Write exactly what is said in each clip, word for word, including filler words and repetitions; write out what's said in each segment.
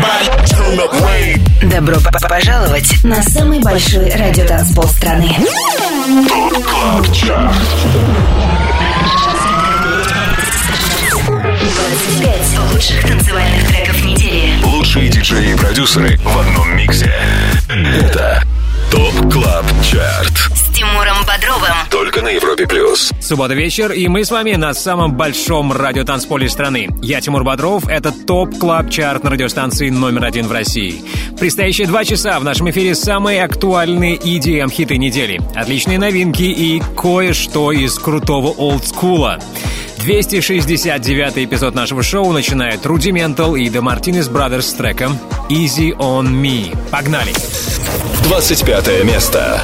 Добро пожаловать на самый большой радиотанцпол страны. двадцать пять лучших танцевальных треков недели. Лучшие диджеи и продюсеры в одном миксе. Это ТОП Клаб Чарт С Тимуром Бодровым. Только на Европе Плюс. Суббота вечер, и мы с вами на самом большом радиотанцполе страны. Я Тимур Бодров, это ТОП Клаб Чарт на радиостанции номер один в России. В предстоящие два часа в нашем эфире самые актуальные и ди эм-хиты недели, отличные новинки и кое-что из крутого олдскула. двести шестьдесят девятый эпизод нашего шоу начинает Rudimental и The Martinez Brothers с треком Easy on Me. Погнали! двадцать пятое место.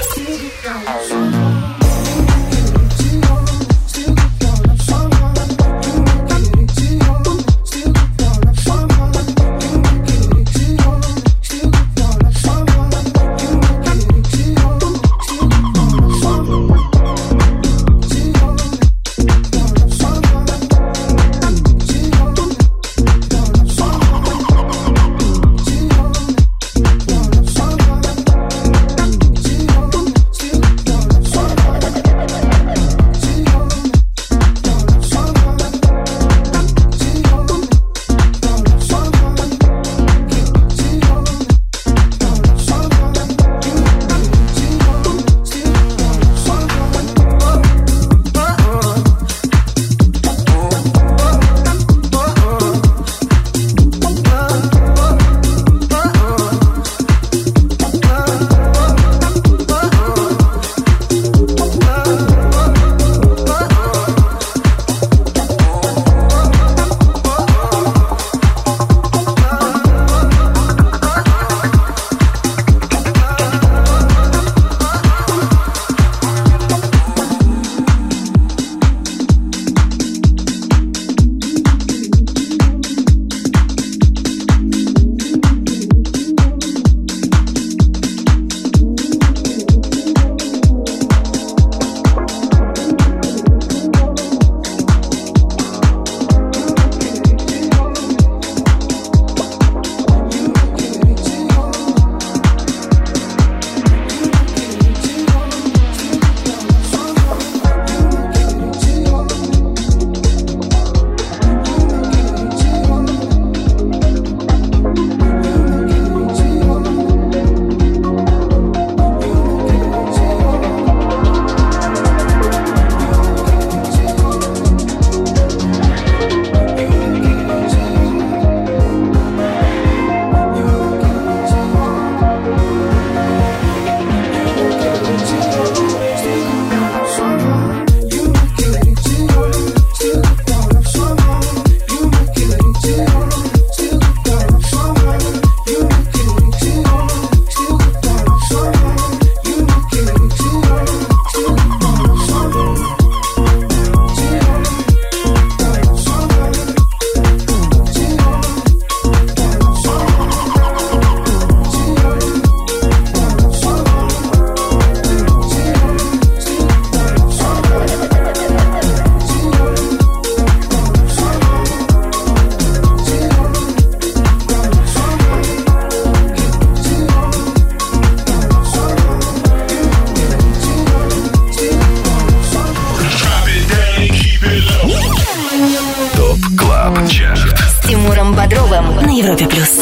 На Европе Плюс.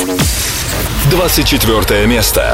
двадцать четвертое место.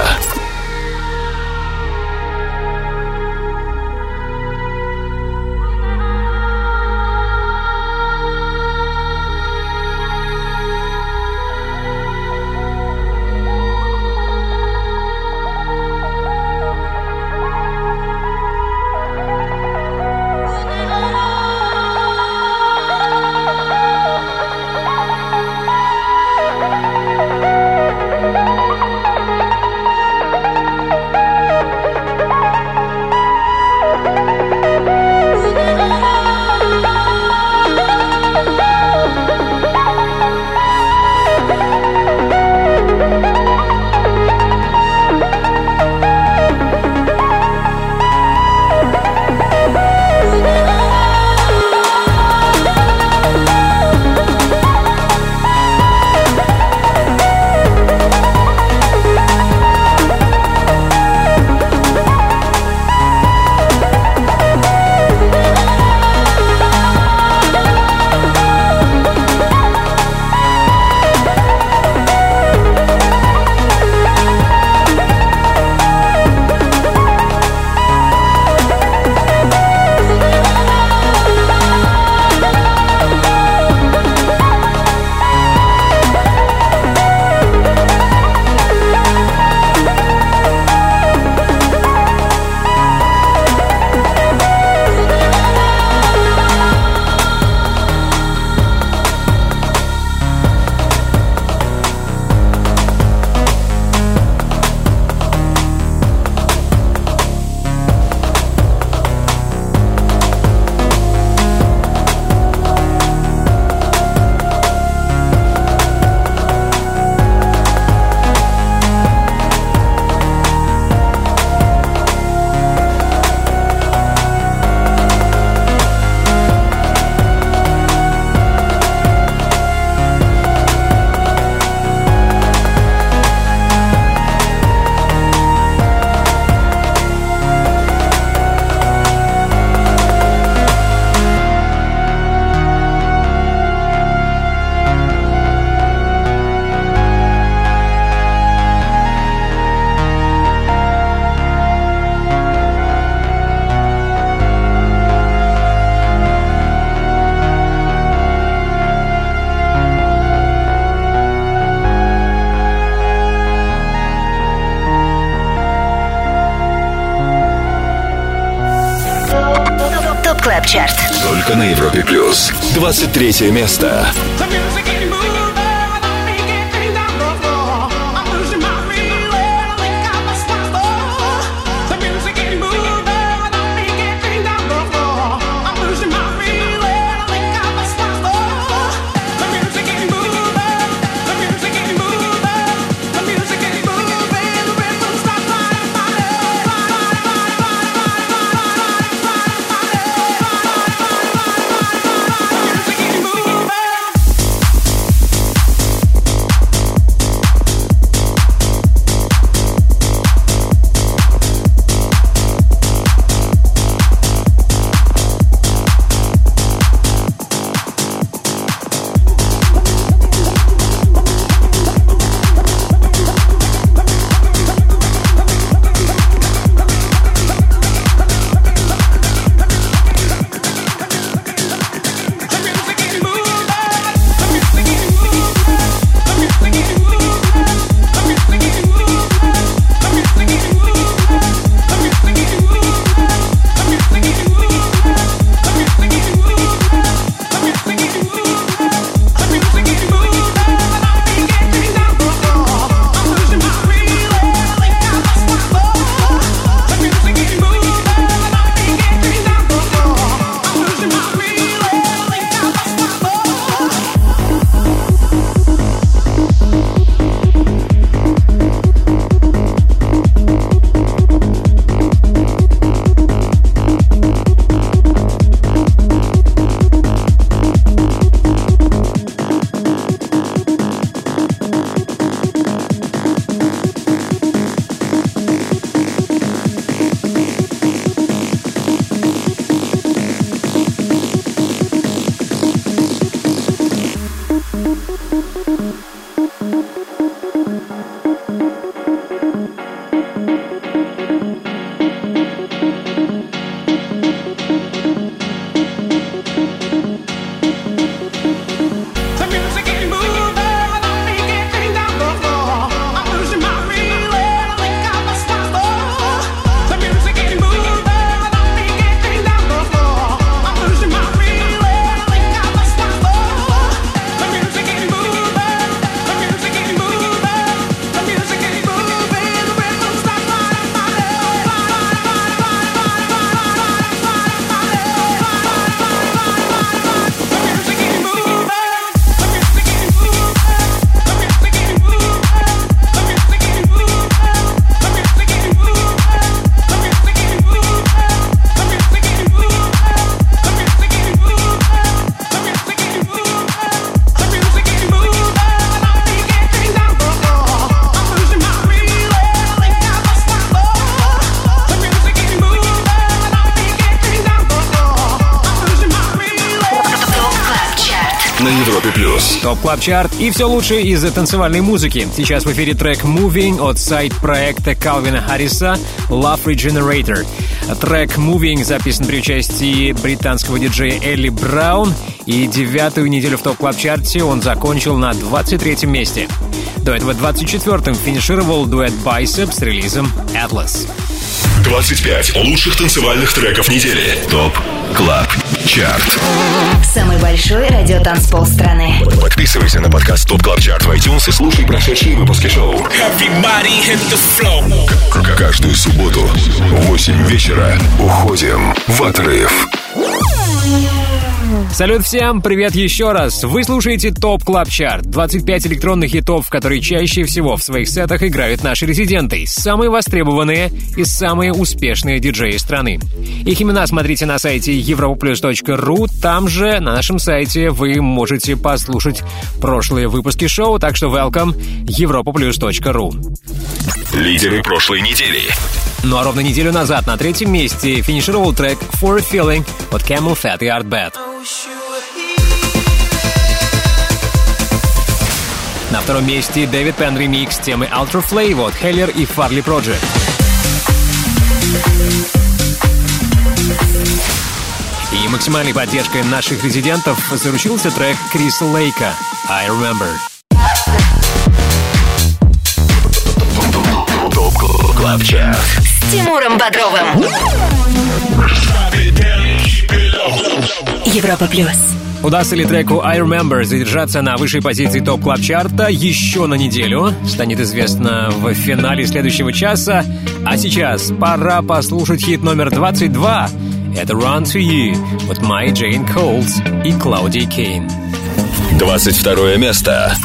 Клаб Чарт. Только на Европе Плюс. двадцать третье место. На Европе Плюс. Топ Клаб Чарт и все лучшее из танцевальной музыки. Сейчас в эфире трек Moving от сайт-проекта Калвина Харриса Love Regenerator. Трек Moving записан при участии британского диджея Элли Браун, и девятую неделю в Топ Клаб Чарте он закончил на двадцать третьем месте. До этого двадцать четвёртым финишировал дуэт Bicep с релизом Atlas. двадцать пять лучших танцевальных треков недели. Топ Клаб Чарт. Самый большой радиотанцпол страны. Подписывайся на подкаст Топ Клаб Чарт в iTunes и слушай прошедшие выпуски шоу. К- Каждую субботу в восемь вечера уходим в отрыв. Салют всем, привет еще раз. Вы слушаете Топ Клаб Чарт. двадцать пять электронных хитов, которые чаще всего в своих сетах играют наши резиденты. Самые востребованные и самые успешные диджеи страны. Их имена смотрите на сайте европаплюс точка ру. Там же, на нашем сайте, вы можете послушать прошлые выпуски шоу, так что welcome европаплюс точка ру. Лидеры прошлой недели. Ну а ровно неделю назад на третьем месте финишировал трек For a Feeling от Camel Fat и Art Bad. На втором месте Дэвид Пен ремикс темы Ultra Flavor от Heller и Farley Project. И максимальной поддержкой наших резидентов заручился трек Криса Лейка I Remember. Клаб Чарт С Тимуром Бодровым. Европа плюс. Удастся ли треку I Remember задержаться на высшей позиции ТОП Клаб Чарта еще на неделю? Станет известно в финале следующего часа. А сейчас пора послушать хит номер двадцать два. Это Run to You от Mai Jane Coles и Claudia Kane. двадцать второе место.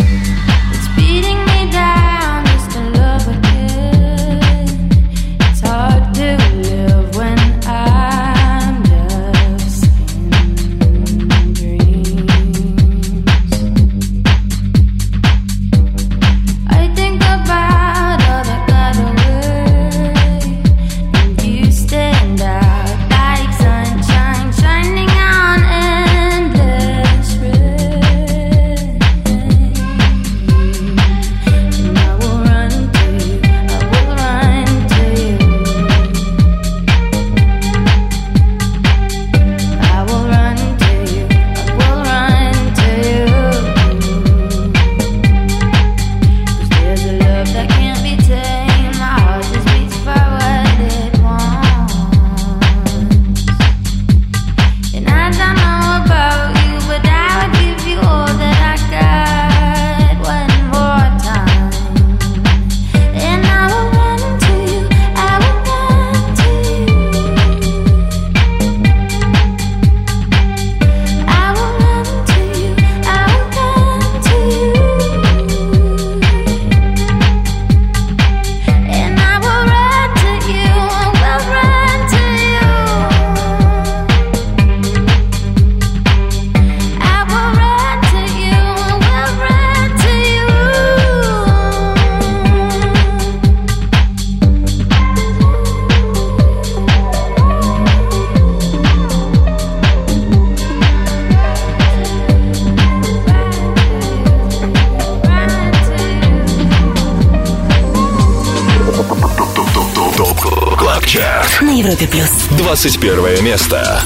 На Европе плюс. двадцать первое место.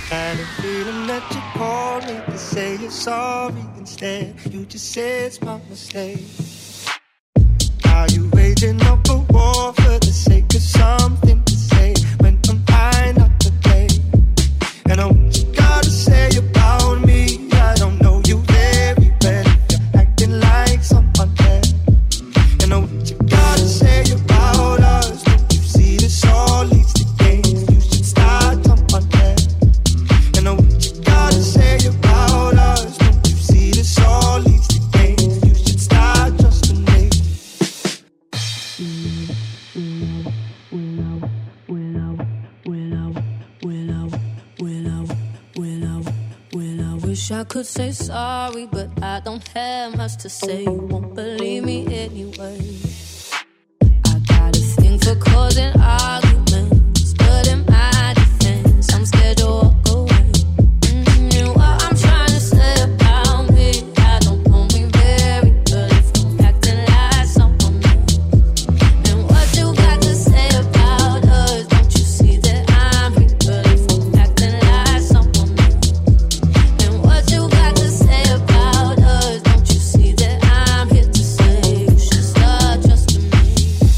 I could say sorry, but I don't have much to say. You won't believe me anyway. I got a thing for causing arguments, but in my defense, I'm scared to walk away. Mm-hmm. What I'm trying to say about me, I don't know me very well. If I'm acting like someone else, and what you got to say about us? Don't you see that I'm real? If I'm acting like someone else. You got to say about us. Don't you see that I'm here to say you should start trusting me?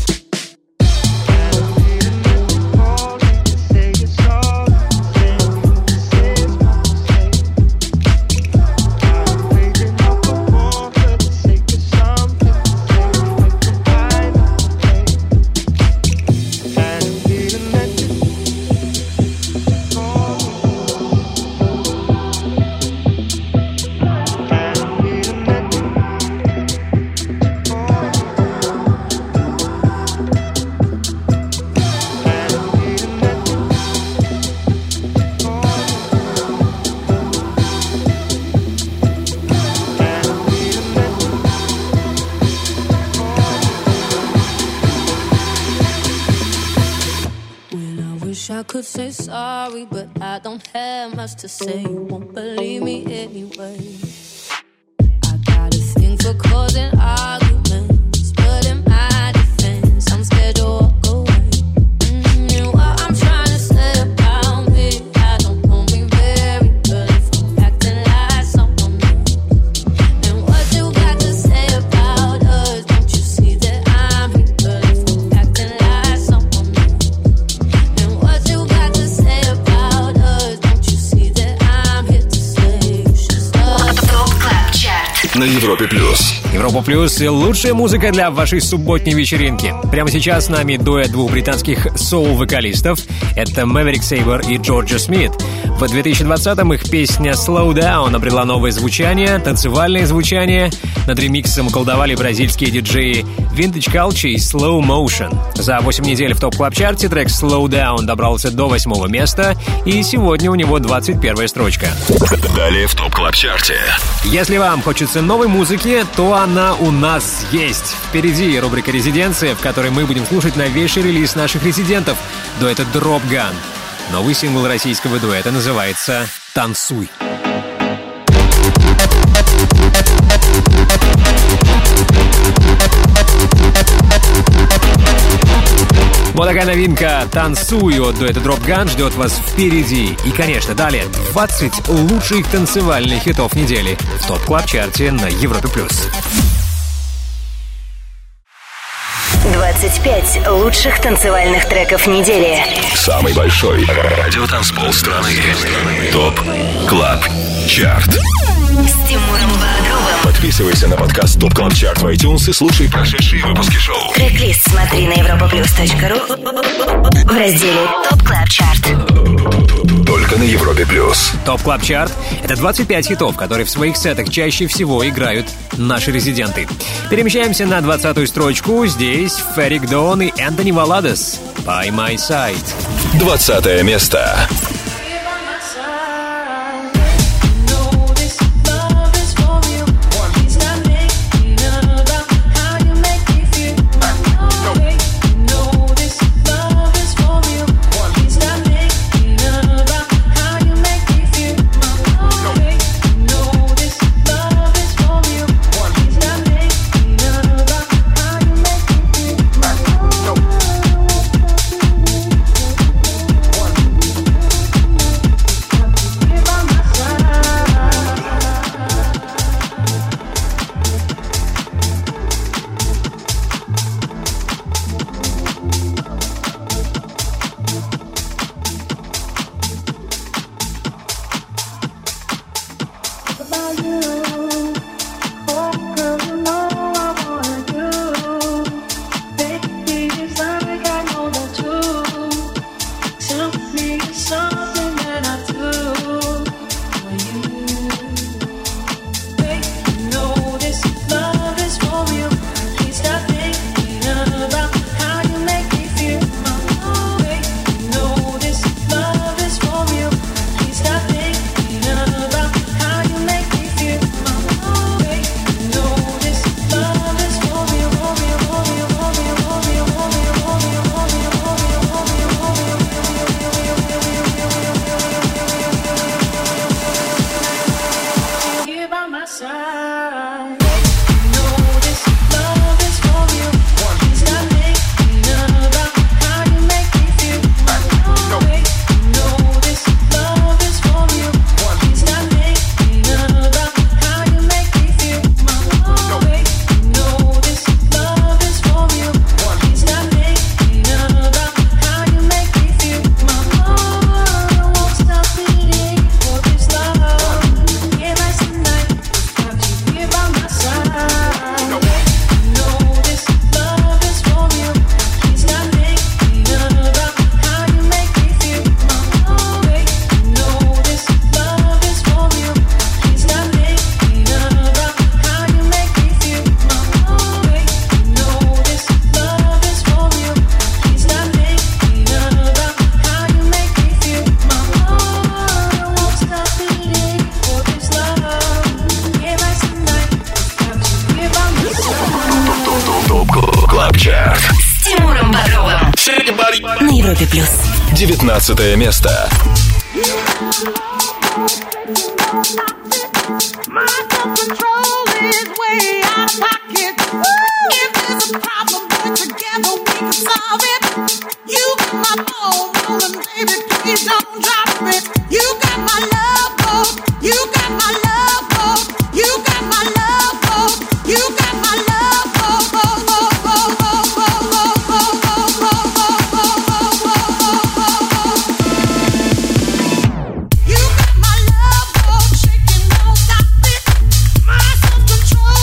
I could say sorry, but I don't have much to say. You won't believe me anyway. I got a thing for causing arguments, but in my defense, I'm scared to walk away. Mm-hmm. What I'm trying to say about me, I don't know me very well. If I'm acting like someone else, and what you got to say about us? Don't you see that I'm real? But if I'm acting like someone else, and what you got to say about us? Don't you see that I'm Европе плюс. Европа плюс — лучшая музыка для вашей субботней вечеринки. Прямо сейчас с нами дуэт двух британских соул-вокалистов. Это Мэверик Сейбер и Джорджа Смит. В две тысячи двадцатом их песня «Slow Down» обрела новое звучание, танцевальное звучание. Над ремиксом колдовали бразильские диджеи Vintage Culture и Slow Motion. За восемь недель в топ-клаб-чарте трек «Slow Down» добрался до восьмого места, и сегодня у него двадцать первая строчка. Далее в топ-клаб-чарте. Если вам хочется новой музыки, то она у нас есть. Впереди рубрика «Резиденция», в которой мы будем слушать новейший релиз наших резидентов — дуэта Drop Gun. Новый сингл российского дуэта называется «Танцуй». Вот такая новинка «Танцуй» от дуэта Drop Gun ждет вас впереди. И, конечно, далее двадцать лучших танцевальных хитов недели в топ-клаб-чарте на Европе+. двадцать пять лучших танцевальных треков недели. Самый большой радиотанцпол страны. Топ Клаб Чарт. С Тимуром Бодровым. Подписывайся на подкаст Топ Клаб Чарт в iTunes и слушай прошедшие выпуски шоу. Трек-лист смотри на европаплюс точка ру в разделе Топ Клаб Чарт. Только на Европе плюс. Топ Клаб Чарт — это двадцать пять хитов, которые в своих сетах чаще всего играют наши резиденты. Перемещаемся на двадцатую строчку. Здесь Ферик Дон и Энтони Валадес. By My Side. Двадцатое место. На Европе плюс. девятнадцатое место. Control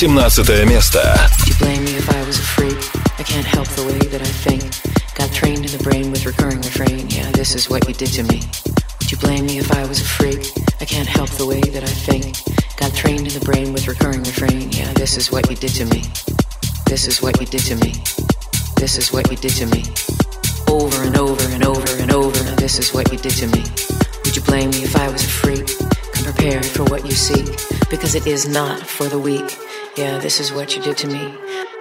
восемнадцатое место. I can't help the way that I think. Got trained in the brain with recurring refrain. Yeah, this is what you did to me. Would you blame me if I was a freak? I can't help the way that I think. Got trained in the brain with recurring refrain. Yeah, this is what you did to me. This is what you did to me. This is what you did to me. Over and over and over and over. Now this is what you did to me. Would you blame me if I was a freak? Come prepared for what you seek. Because it is not for the weak. Yeah, this is what you did to me.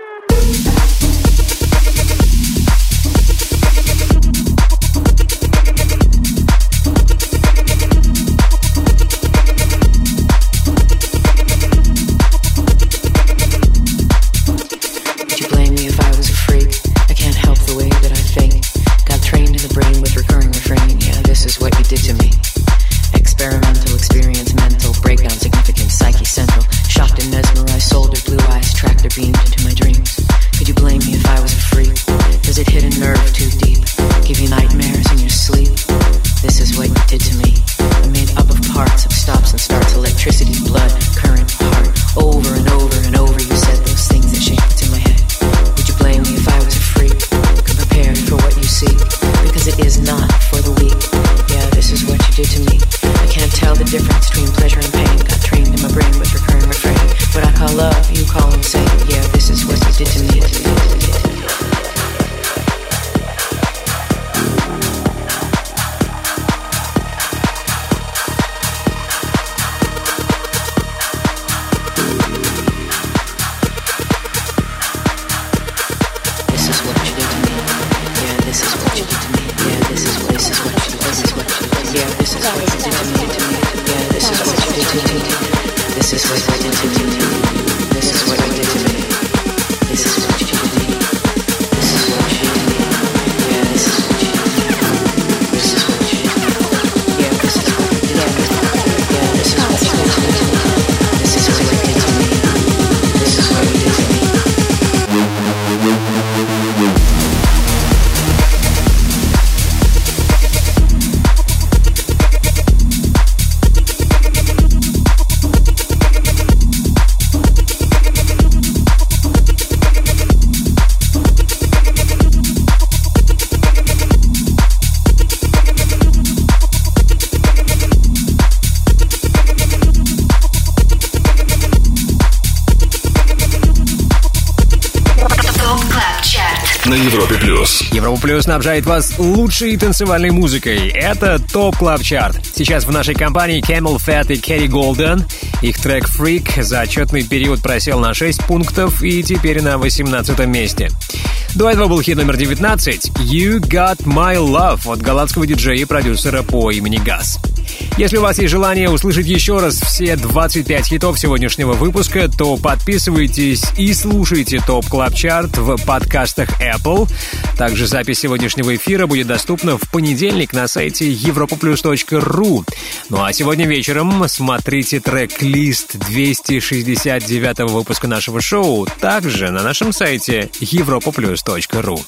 На Европе Плюс. Европа Плюс снабжает вас лучшей танцевальной музыкой. Это ТОП Клаб Чарт. Сейчас в нашей компании Camel Fat и Kerry Golden. Их трек Freak за отчетный период просел на шесть пунктов и теперь на восемнадцатом месте. До этого был хит номер девятнадцать You Got My Love от голландского диджея и продюсера по имени Газ. Если у вас есть желание услышать еще раз все двадцать пять хитов сегодняшнего выпуска, то подписывайтесь и слушайте ТОП Клаб Чарт в подкастах Apple. Также запись сегодняшнего эфира будет доступна в понедельник на сайте европа плюс точка ру. Ну а сегодня вечером смотрите трек-лист двести шестьдесят девятого выпуска нашего шоу также на нашем сайте европа плюс точка ру.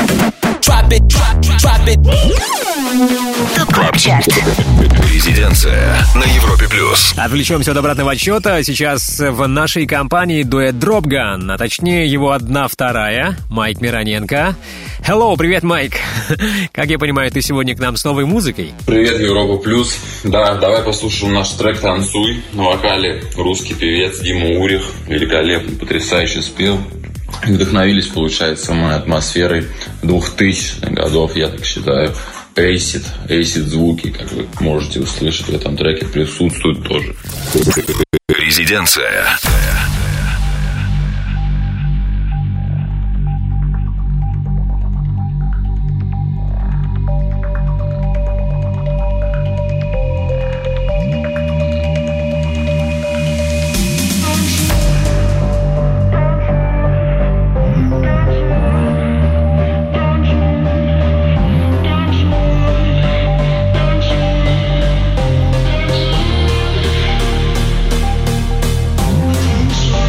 ТОП Клаб Чарт. Резиденция на Европе Плюс. Отвлечемся от обратного отсчета. Сейчас в нашей компании дуэт Dropgun, а точнее его одна-вторая, Майк Мироненко. Hello, привет, Майк. Как я понимаю, ты сегодня к нам с новой музыкой? Привет, Европа Плюс. Да, давай послушаем наш трек «Танцуй». На вокале русский певец Дима Урих. Великолепно, потрясающе спел. Вдохновились, получается, мы атмосферой двухтысячных годов, я так считаю. Эйсид, эйсид звуки, как вы можете услышать в этом треке, присутствуют тоже. Резиденция. Control.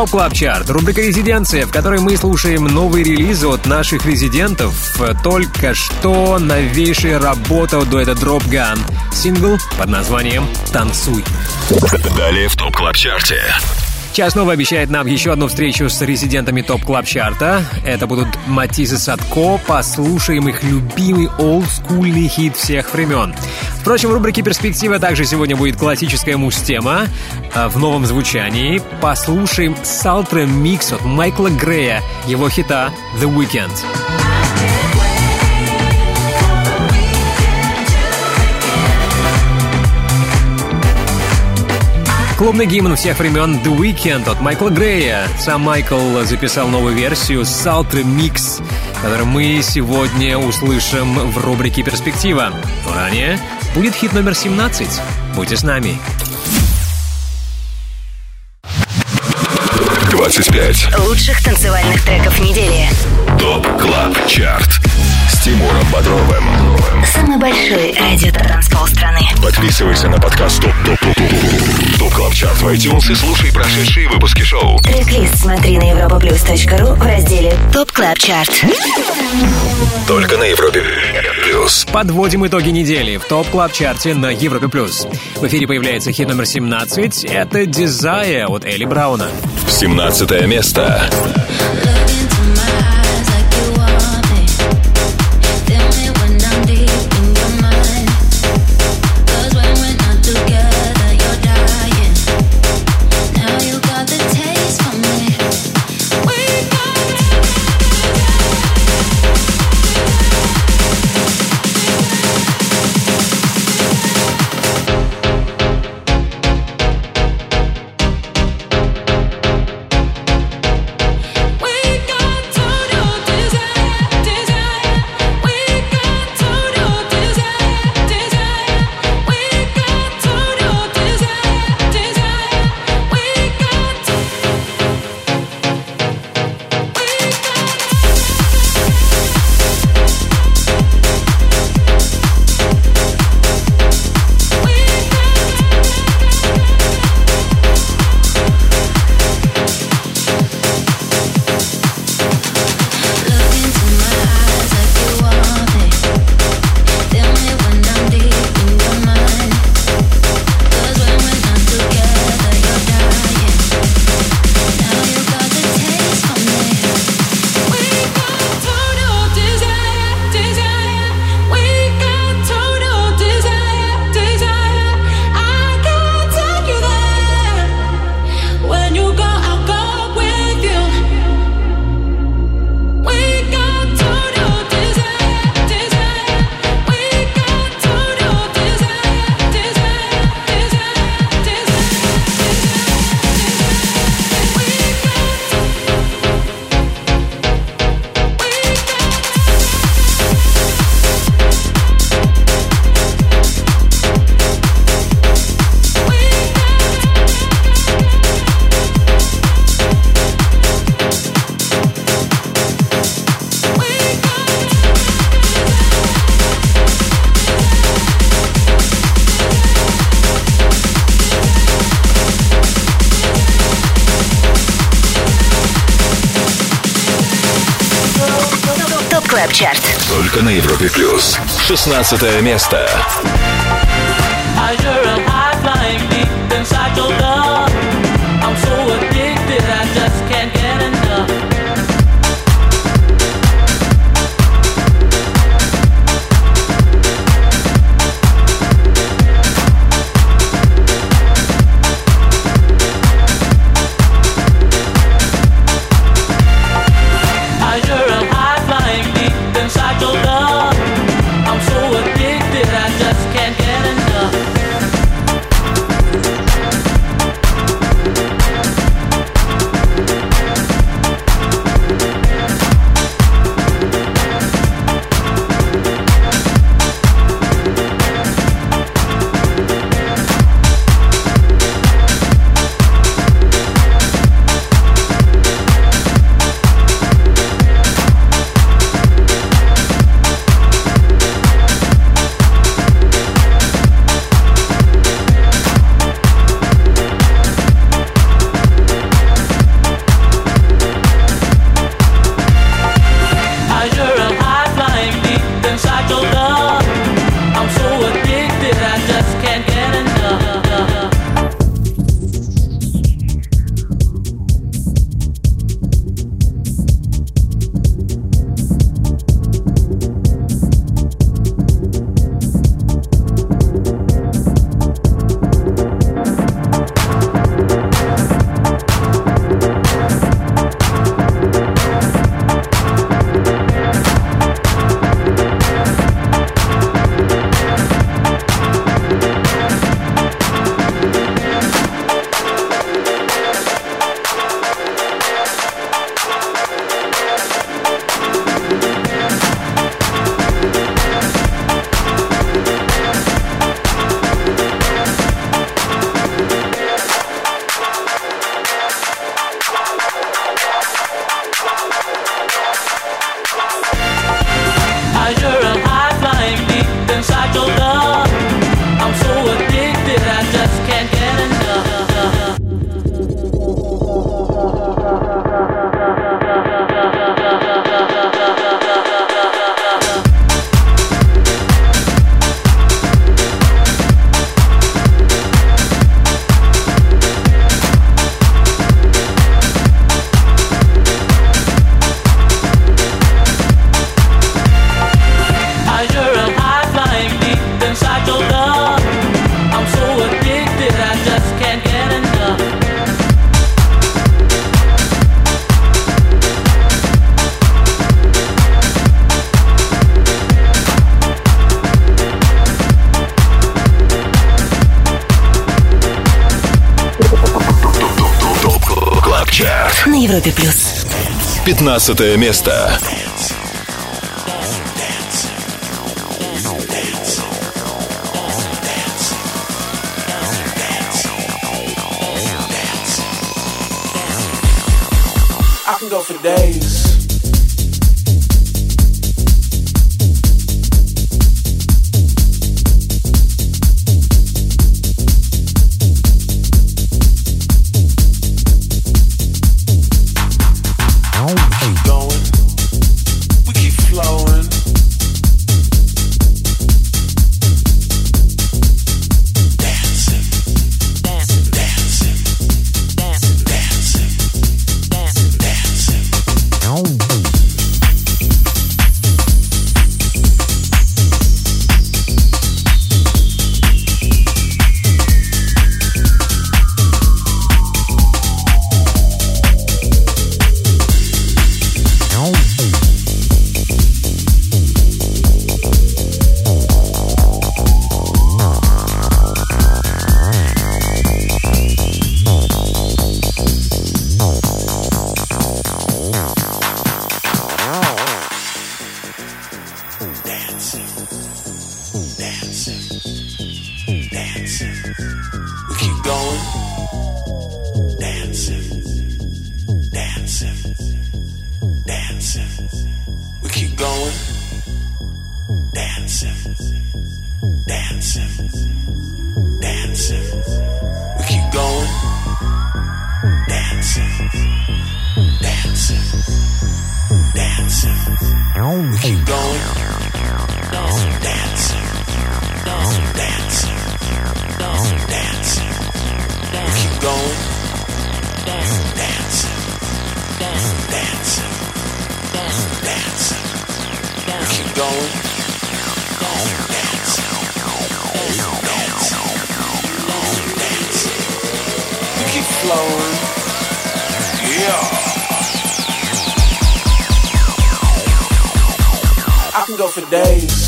Топ Клаб Чарт, рубрика «Резиденция», в которой мы слушаем новые релизы от наших резидентов. Только что новейшая работа от дуэта Drop Gun. Сингл под названием «Танцуй». Далее в Топ Клаб Чарте. Час новый обещает нам еще одну встречу с резидентами Топ Клаб Чарта. Это будут Матис и Садко. Послушаем их любимый олдскульный хит всех времен. Впрочем, в рубрике «Перспектива» также сегодня будет классическая муз-тема в новом звучании. Послушаем саундтрек-микс от Майкла Грея, его хита «The Weeknd». Клубный гимн всех времен «The Weeknd» от Майкла Грея. Сам Майкл записал новую версию саундтрек-микс, который мы сегодня услышим в рубрике «Перспектива». Но ранее будет хит номер семнадцать. Будьте с нами. двадцать пять лучших танцевальных треков недели. Топ Клаб Чарт с Тимуром Бодровым. Самый большой радиотанцпол страны. Подписывайся на подкаст Топ Топ Топ Топ Клаб Чарт в iTunes и слушай прошедшие выпуски шоу. Трек-лист смотри на европа плюс точка ру в разделе Топ Клаб Чарт. Только на Европе Плюс. Подводим итоги недели в Топ Клаб Чарте на Европе Плюс. В эфире появляется хит номер семнадцать. Это Desire от Элли Брауна. семнадцатое место. Клаб Чарт. Только на Европе Плюс. шестнадцатое место. Just can't Европе плюс. пятнадцатое место. I can go for days. I can go for days.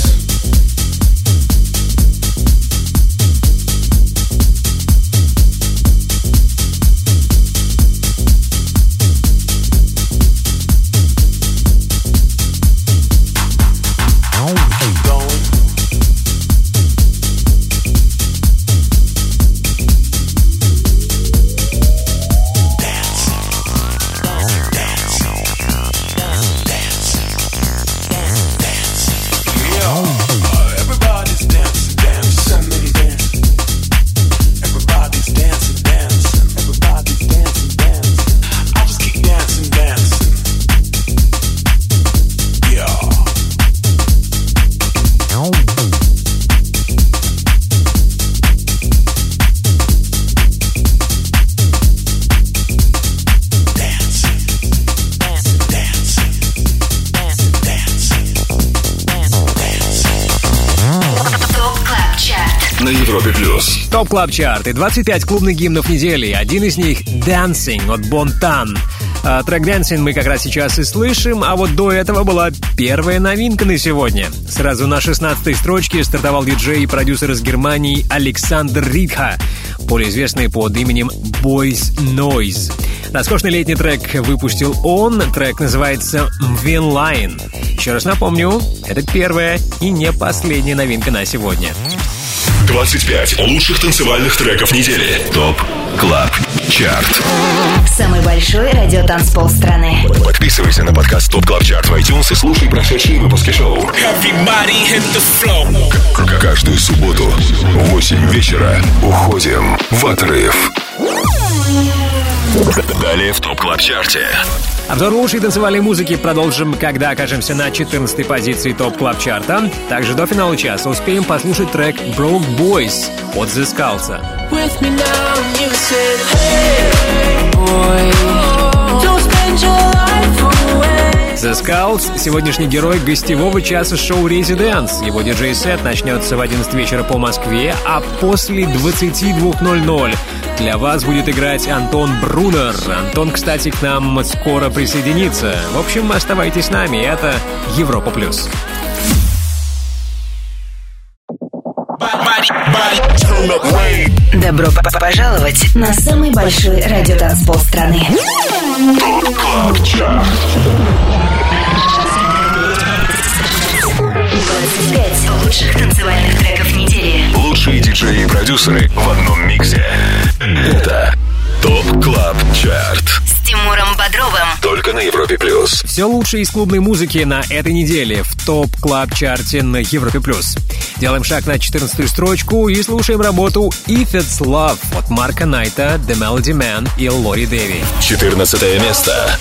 Топ Клаб Чарт и двадцать пять клубных гимнов недели. Один из них «Dancing» от Бонтан. А, трек «Dancing» мы как раз сейчас и слышим, а вот до этого была первая новинка на сегодня. Сразу на шестнадцатой строчке стартовал диджей и продюсер из Германии Александр Ритха, более известный под именем Boys Noise. Роскошный летний трек выпустил он, трек называется «Mvin Line». Еще раз напомню, это первая и не последняя новинка на сегодня. двадцать пять лучших танцевальных треков недели. ТОП Клаб Чарт. Самый большой радиотанцпол страны. Подписывайся на подкаст ТОП Клаб Чарт в iTunes и слушай прошедшие выпуски шоу. Каждую субботу в восемь вечера уходим в отрыв. Далее в ТОП Клаб Чарте. Обзор лучшей танцевальной музыки продолжим, когда окажемся на четырнадцатой позиции ТОП Клаб Чарта. Также до финала часа успеем послушать трек «Broke Boys» от The Skulls. The Skulls — сегодняшний герой гостевого часа шоу «Резиденс». Его диджей-сет начнется в одиннадцать вечера по Москве, а после двадцати двух ноль-ноль для вас будет играть Антон Брунер. Антон, кстати, к нам скоро присоединится. В общем, оставайтесь с нами. Это Европа Плюс. Добро пожаловать на самый большой радиотанцпол страны. ТОП КЛАБ ЧАРТ. двадцать пять лучших танцевальных треков недели. Лучшие диджеи и продюсеры в одном миксе. Это ТОП КЛАБ ЧАРТ. С Тимуром Бодровым. Только на Европе Плюс. Все лучшее из клубной музыки на этой неделе в ТОП Клаб Чарте на Европе Плюс. Делаем шаг на четырнадцатую строчку и слушаем работу If It's Love от Марка Найта, The Melody Man и Лори Дэви. четырнадцатое место.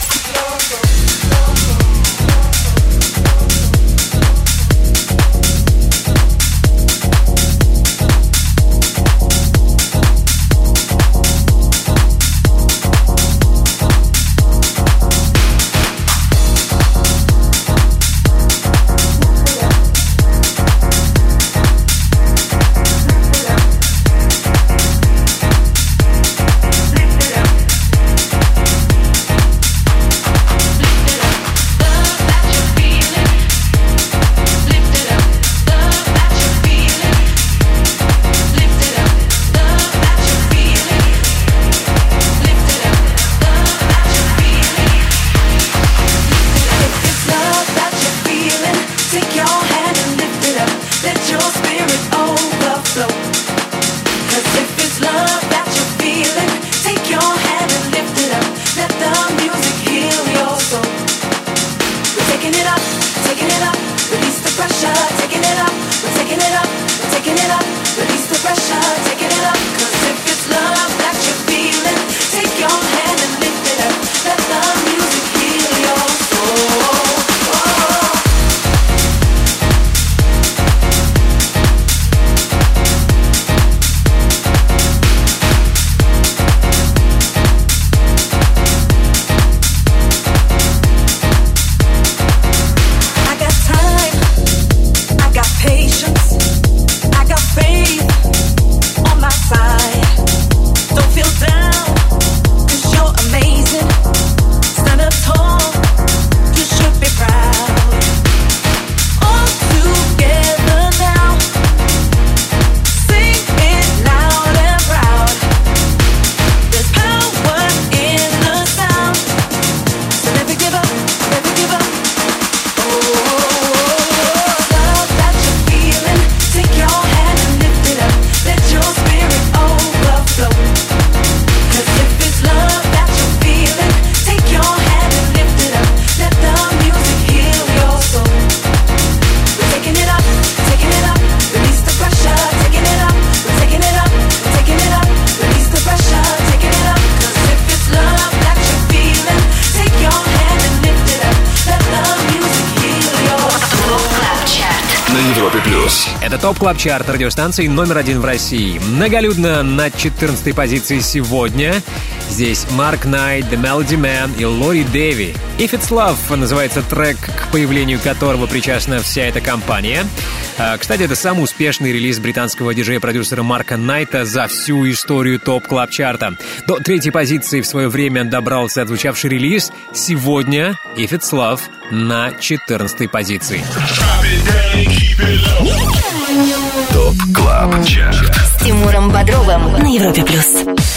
Это ТОП Клаб Чарт радиостанции номер один в России. Многолюдно на четырнадцатой позиции сегодня. Здесь Марк Найт, The Melody Man и Лори Дэви. If It's Love называется трек, к появлению которого причастна вся эта компания. Кстати, это самый успешный релиз британского диджея-продюсера Марка Найта за всю историю ТОП Клаб Чарта. До третьей позиции в свое время добрался отзвучавший релиз. Сегодня If It's Love на четырнадцатой позиции. ТОП Клаб Чарт с Тимуром Бодровым на Европе Плюс.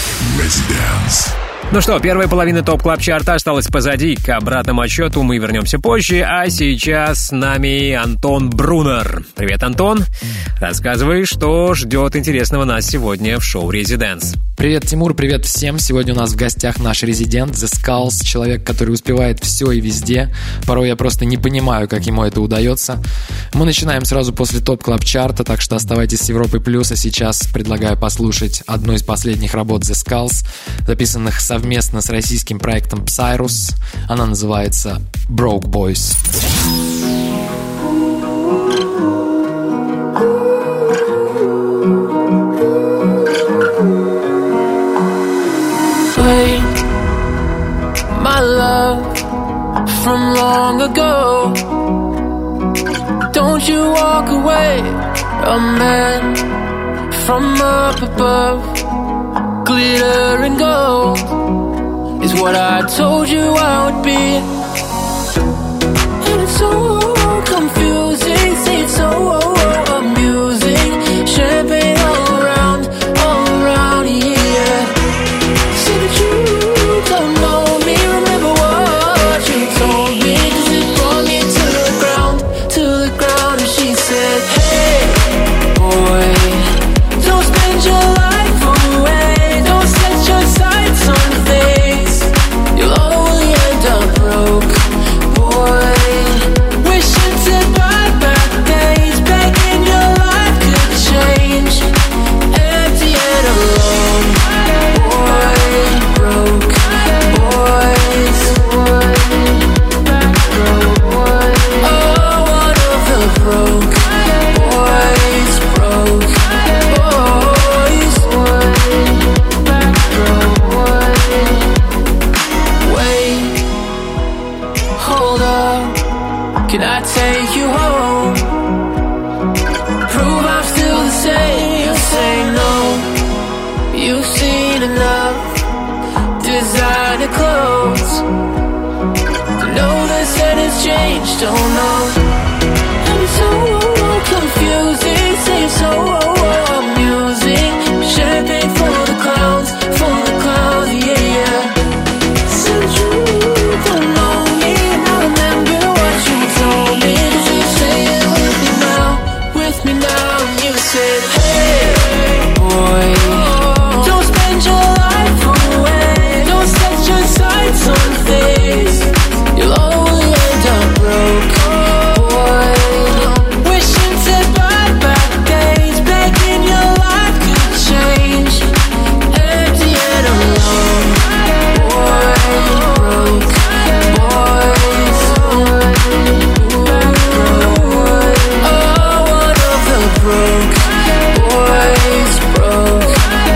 Ну что, первая половина ТОП Клаб Чарта осталась позади. К обратному отсчету мы вернемся позже. А сейчас с нами Антон Брунер. Привет, Антон. Рассказывай, что ждет интересного нас сегодня в шоу «Резиденс». Привет, Тимур, привет всем. Сегодня у нас в гостях наш резидент The Skulls, человек, который успевает все и везде. Порой я просто не понимаю, как ему это удается. Мы начинаем сразу после ТОП Клаб Чарта, так что оставайтесь с Европой Плюс. А сейчас предлагаю послушать одну из последних работ The Skulls, записанных совместно с российским проектом Psyrus. Она называется Broke Boys. My love from long ago. Don't you walk away, a man from up above. Glitter and gold is what I told you I would be. And it's so confusing, it's so amusing. Champagne all around, all around, yeah. Say that you don't know me, remember hold up. Can I take you home? Prove I'm still the same. You say no. You've seen enough designer clothes to know the set has changed. Don't know. I'm so confusing. Say it's so amusing. Champagne for the clowns, for the clowns, yeah, yeah. Since you don't know me, I remember what you told me. Did you say it with me now, with me now? And you said, hey, boy, don't spend your life away. Don't set your sights on things. You'll only end up broke, boy. Wishing to buy back days, begging your life could change. Empty and alone, boy. Broke boys. Oh, one of the broke boys. Broke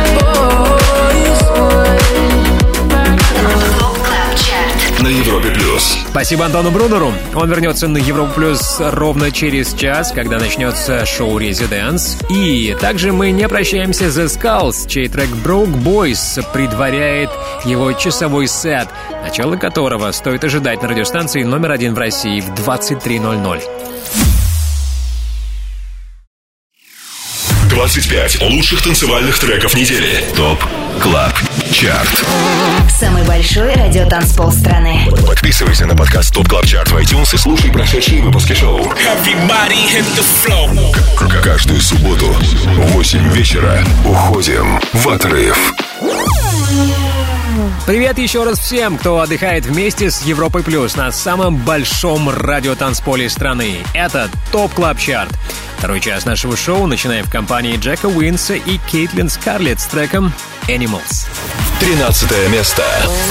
boys. На Европе плюс. Спасибо Антону Брунеру. Он вернется на Европу Плюс ровно через час, когда начнется шоу «Резиденс». И также мы не прощаемся с The Skulls, чей трек «Broke Boys» предваряет его часовой сет, начало которого стоит ожидать на радиостанции номер один в России в двадцать три ноль ноль. двадцать пять лучших танцевальных треков недели. ТОП Клаб Чарт. Самый большой радиотанцпол страны. Подписывайся на подкаст ТОП Клаб Чарт в iTunes и слушай прошедшие выпуски шоу. К- Каждую субботу в восемь вечера уходим в отрыв. Привет еще раз всем, кто отдыхает вместе с Европой Плюс на самом большом радиотанцполе страны. Это ТОП Клаб Чарт. Второй час нашего шоу начинаем в компании Джека Уинса и Кейтлин Скарлетт с треком «Animals». Тринадцатое место.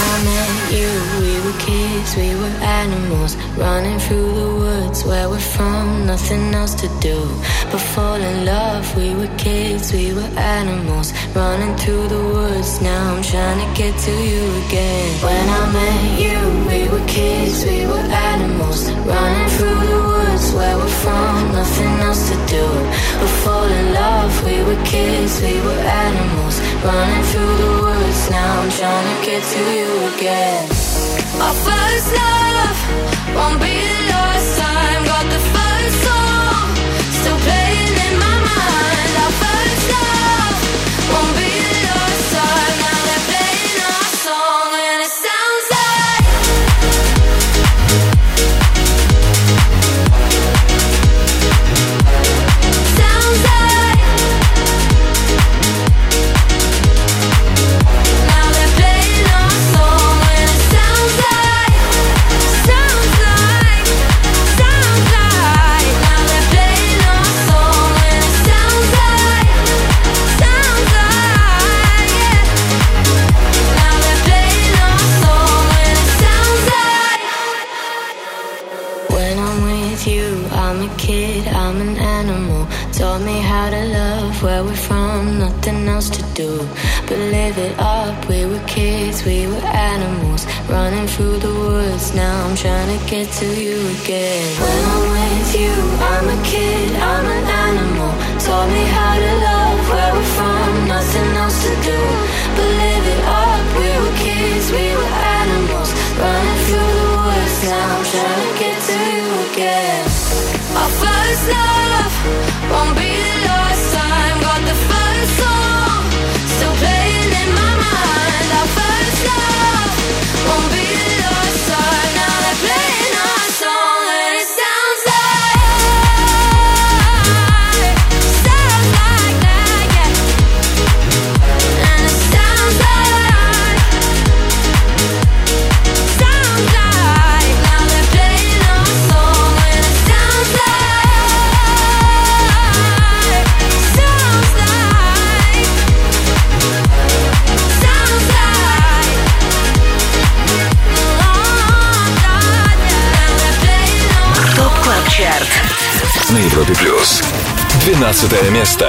We were animals running through the woods where we're from, nothing else to do but fall in love. We were kids, we were animals running through the woods. Now I'm trying to get to you again. When I met you, we were kids, we were animals running through the woods where we're from, nothing else to do but fall in love. We were kids, we were animals running through the woods. Now I'm trying to get to you again. Our first love won't be the last time. Got the first song still playing in my mind. Our first love won't be the last time. Now they're playing our song and it sounds like sounds like now they're playing our song and it sounds like sounds like sounds like now they're playing our song and it sounds like sounds like yeah now they're playing our song and it sounds like when I'm with you I'm a kid, I'm an animal. Taught me how to love where we're from, nothing else to do but live it up. We were kids, we were animals running through the woods. Now I'm trying to get to you again. When I'm with you, I'm a kid, I'm an animal. Taught me how to love where we're from, nothing else to do but live it up. We were kids, we were animals running through the woods. Now I'm trying to get to you again. Our first love won't be the last time. Got the first song still playing in my mind. Our first love won't be the last time. Now they're playing our song and it sounds like sounds like that, yeah. And it sounds like sounds like now they're playing our song and it sounds like sounds like sounds like ТОП Клаб Чарт. На Европе плюс. Двенадцатое место.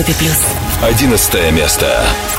Европе плюс. Одиннадцатое место.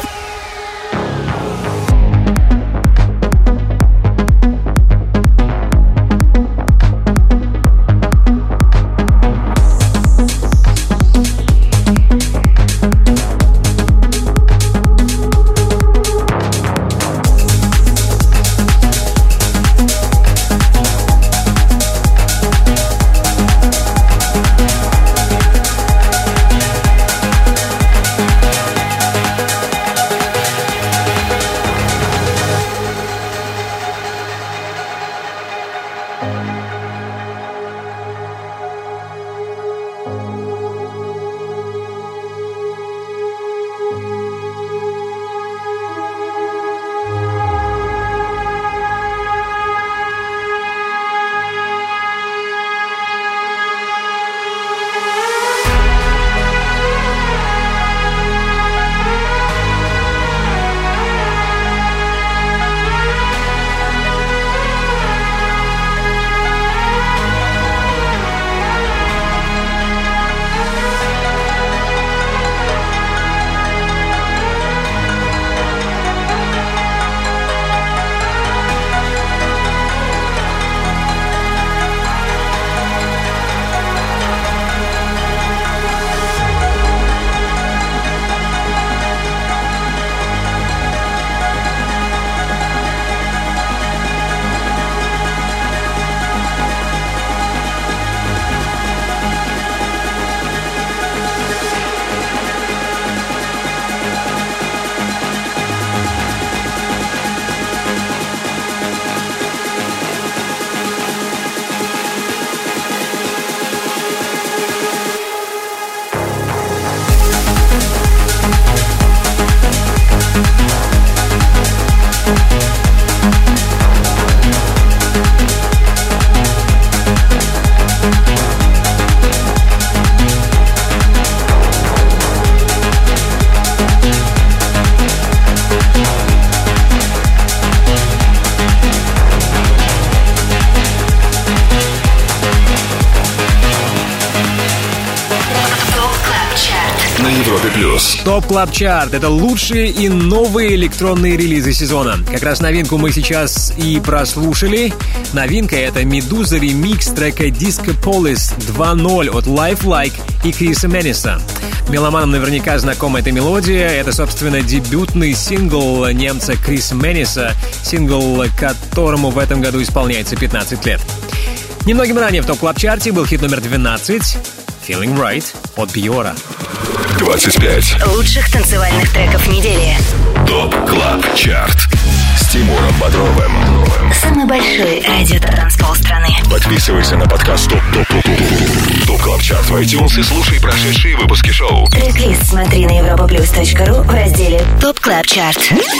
Топ Клаб Чарт — это лучшие и новые электронные релизы сезона. Как раз новинку мы сейчас и прослушали. Новинка — это Медуза ремикс трека Disco Police два ноль от Life Like и Криса Мэниса. Меломанам наверняка знакома эта мелодия. Это, собственно, дебютный сингл немца Криса Мэниса, сингл, которому в этом году исполняется пятнадцать лет. Немногим ранее в Топ Клаб Чарте был хит номер двенадцать «Feeling Right» от Биора. двадцать пять лучших танцевальных треков недели. Топ Клаб Чарт с Тимуром Бодровым. Самый большой радиотанцпол страны. Подписывайся на подкаст Топ Топ Топ Топ Топ Клаб Чарт в iTunes и слушай прошедшие выпуски шоу. Трек-лист смотри на европа плюс точка ру в разделе Топ Клаб Чарт.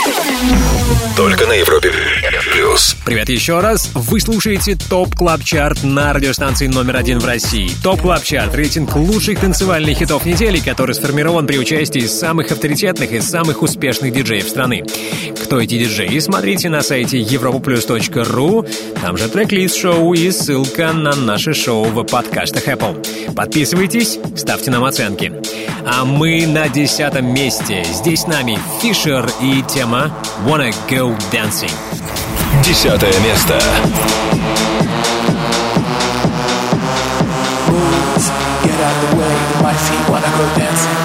Только на Европе плюс. Привет еще раз. Вы слушаете Топ Клаб Чарт на радиостанции номер один в России. Топ Клаб Чарт — рейтинг лучших танцевальных хитов недели, который сформирован при участии самых авторитетных и самых успешных диджеев страны. Кто эти диджеи? Смотрите на сайте европа плюс точка ру. Там же трек-лист шоу и ссылка на наше шоу в подкастах Apple. Подписывайтесь, ставьте нам оценки. А мы на десятом месте. Здесь с нами Фишер и тема «Wanna Go Dancing». Десятое место. Get out the way, my feet wanna go dancing.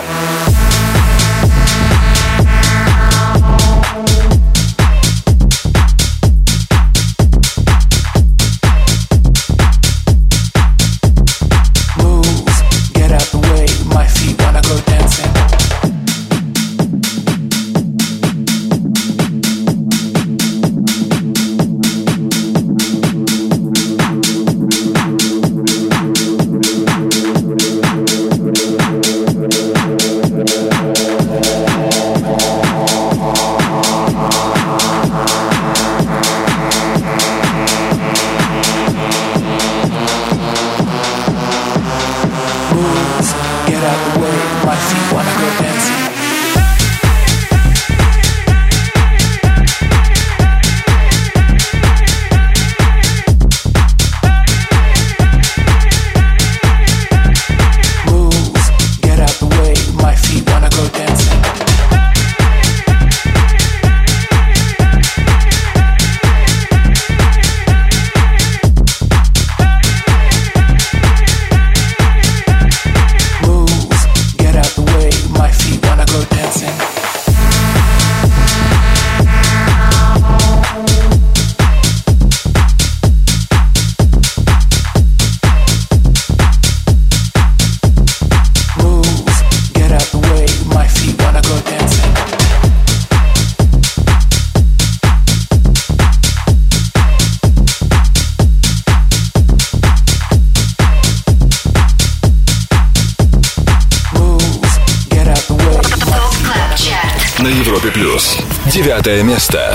Девятое место.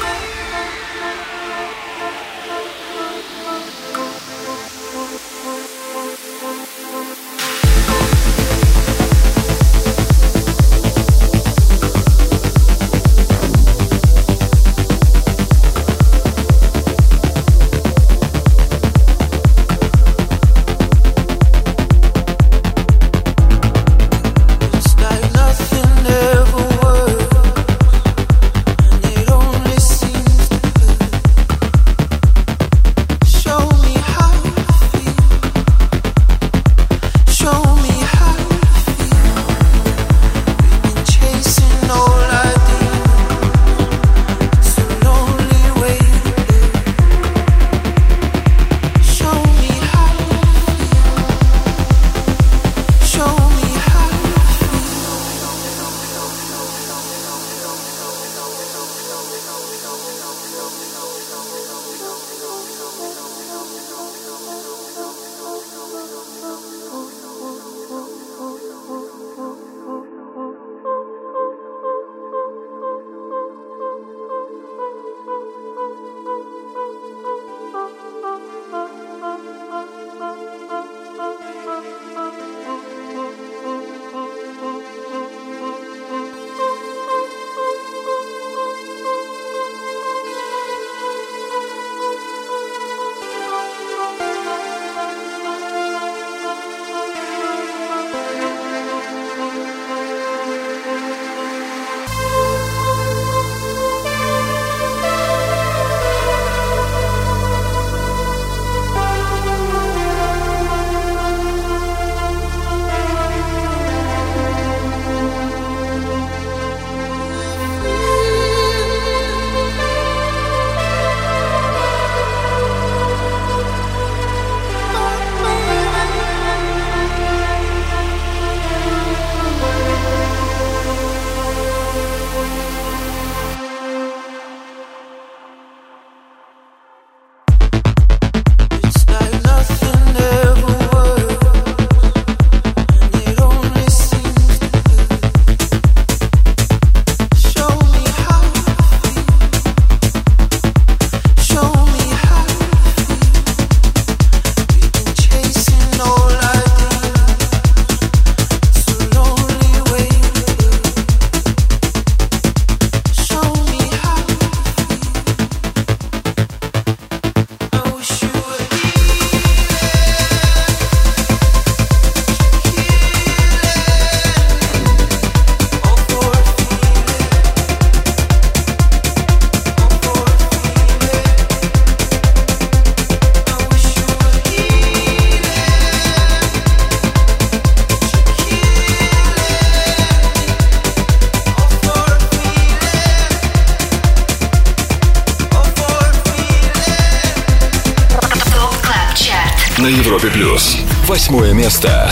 На Европе плюс. Восьмое место.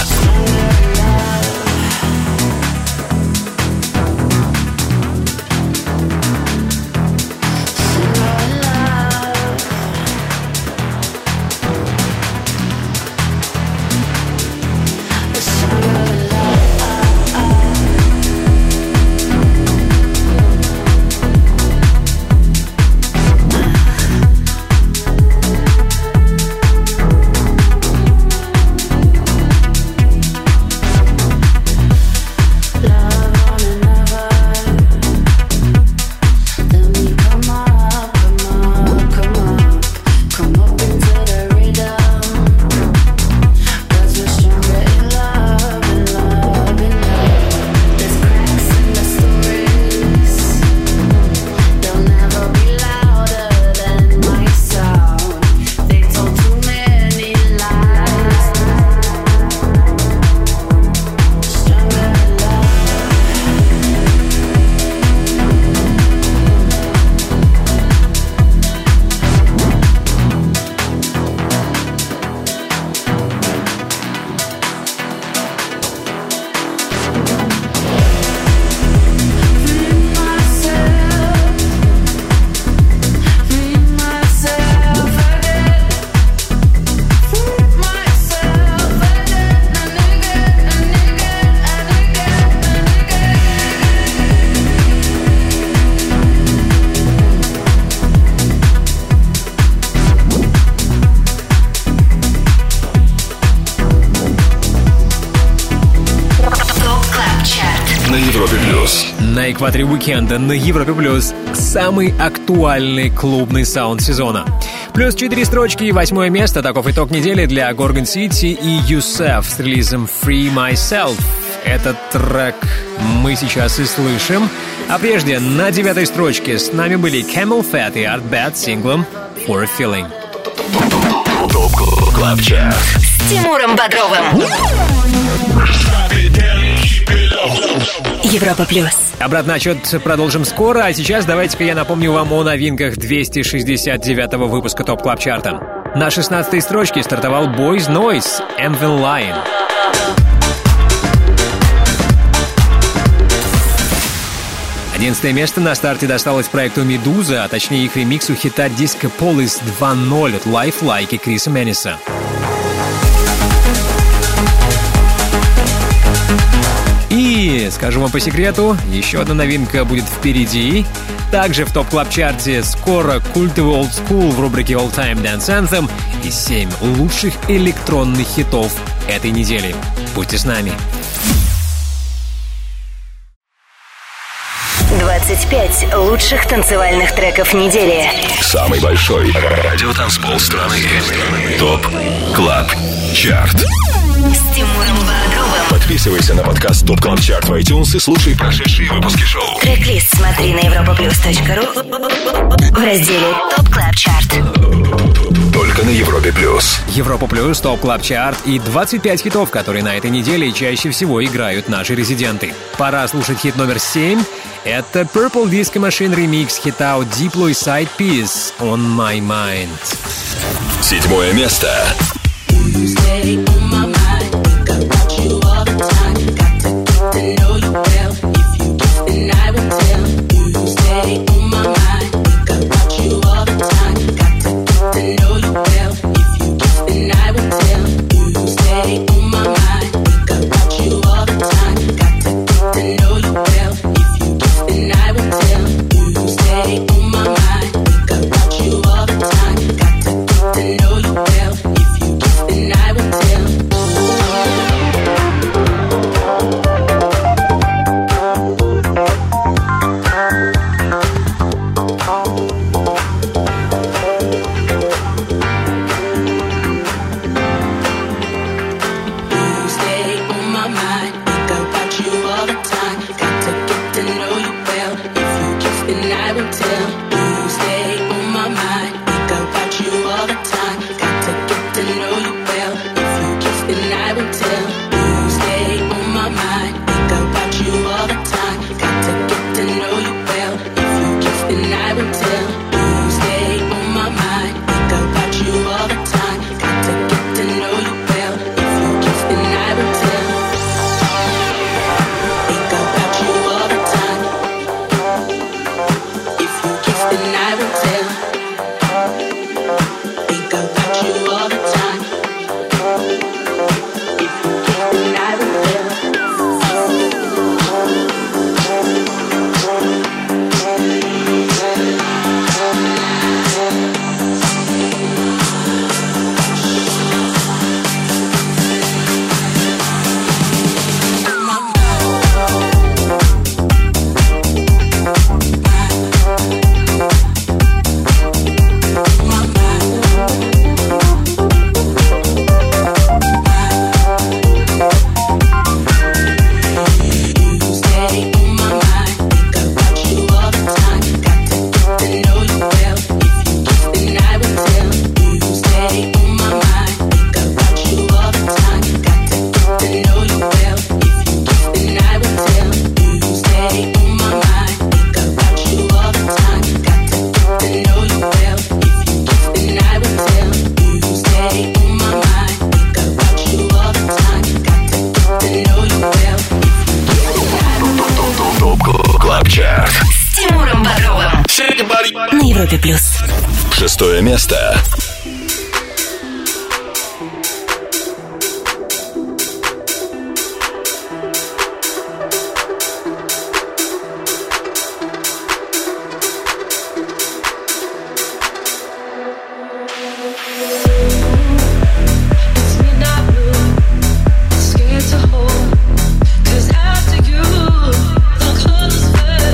на экваторе уикенда на Европе Плюс. Самый актуальный клубный саунд сезона. Плюс четыре строчки и восьмое место. Таков итог недели для Gorgon City и Yusef с релизом Free Myself. Этот трек мы сейчас и слышим. А прежде на девятой строчке с нами были Camel Fat и Art Bad с синглом For a Feeling. Клаб Чарт с Тимуром Бодровым. Европа Плюс. Обратный отчет продолжим скоро, а сейчас давайте-ка я напомню вам о новинках двести шестьдесят девятого выпуска ТОП Клаб Чарта. На шестнадцатой строчке стартовал Boys Noise Anvil Line. Одиннадцатое место на старте досталось проекту «Медуза», а точнее их ремиксу хита Disco Police два ноль от Lifelike и Криса Мэниса. И, скажу вам по секрету, еще одна новинка будет впереди. Также в топ-клаб-чарте скоро культовый Old School в рубрике All Time Dance Anthem и семь лучших электронных хитов этой недели. Будьте с нами. двадцать пять лучших танцевальных треков недели. Самый большой радиотанцпол страны. ТОП Клаб Чарт. С Тимуром Бодровым. Подписывайся на подкаст ТОП Клаб Чарт в iTunes и слушай прошедшие выпуски шоу. Трек-лист смотри на европаплюс точка ру в разделе ТОП Клаб Чарт. Только на Европе Плюс. Европа Плюс, ТОП Клаб Чарт и двадцать пять хитов, которые на этой неделе чаще всего играют наши резиденты. Пора слушать хит номер семь. Это Purple Disco Machine ремикс хита от Diplo и Side Piece On My Mind. Седьмое место. На Европе Плюс. Шестое место. Scared to hold, 'cause after you, the colors fade.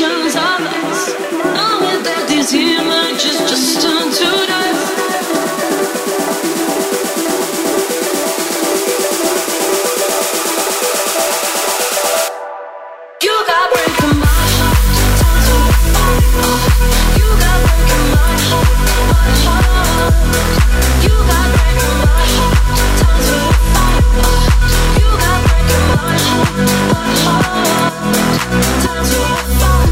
visions of us, knowing that these images just turn to dust. You got breaking my heart, turn to fire. You got breaking my heart, my heart. You got breaking my heart, turn to fire. You got breaking my heart, my heart. Turn to fire.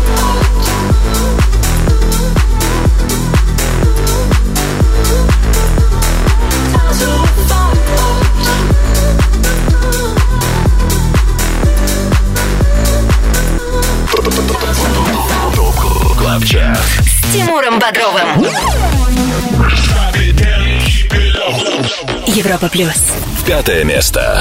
Клабчарт с Тимуром Бодровым. Европа плюс. Пятое место.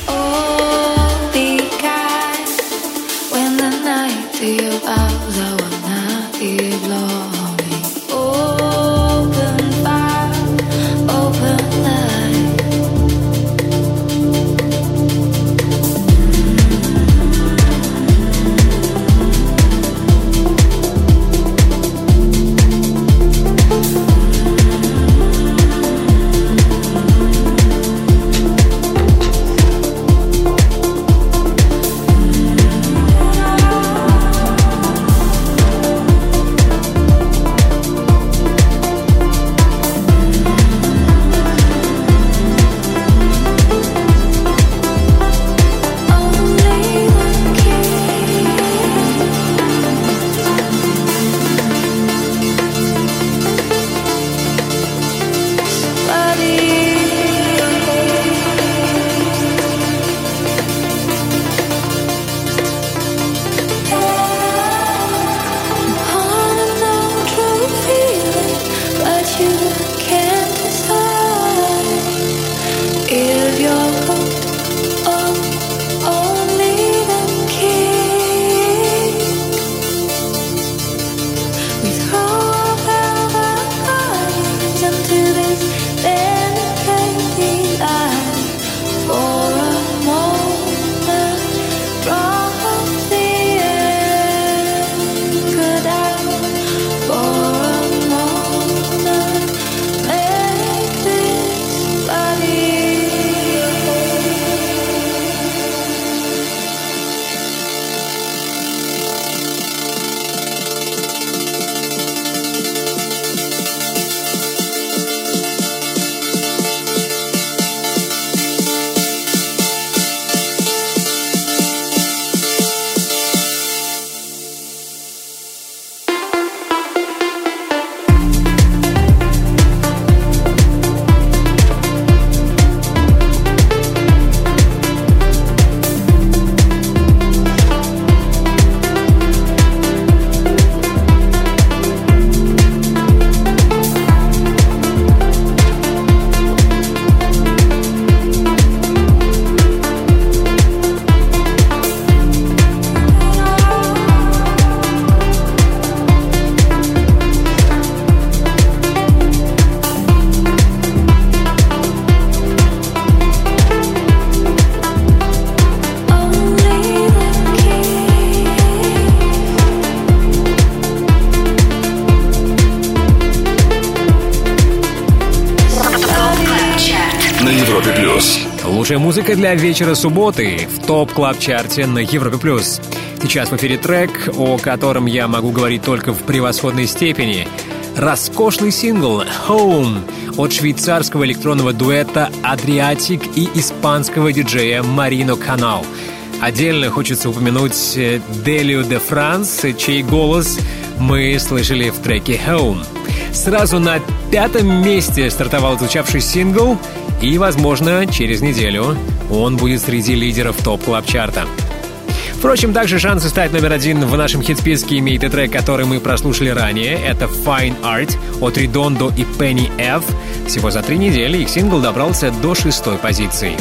Лучшая музыка для вечера субботы в топ-клаб-чарте на Европе+. Сейчас в эфире трек, о котором я могу говорить только в превосходной степени. Роскошный сингл «Home» от швейцарского электронного дуэта «Адриатик» и испанского диджея Марино Канал. Отдельно хочется упомянуть Делию де Франс, чей голос мы слышали в треке «Home». Сразу на пятом месте стартовал звучавший сингл, и, возможно, через неделю он будет среди лидеров топ-клаб-чарта. Впрочем, также шансы стать номер один в нашем хит-списке имеет и трек, который мы прослушали ранее. Это Fine Art от Redondo и Penny F. Всего за три недели их сингл добрался до шестой позиции.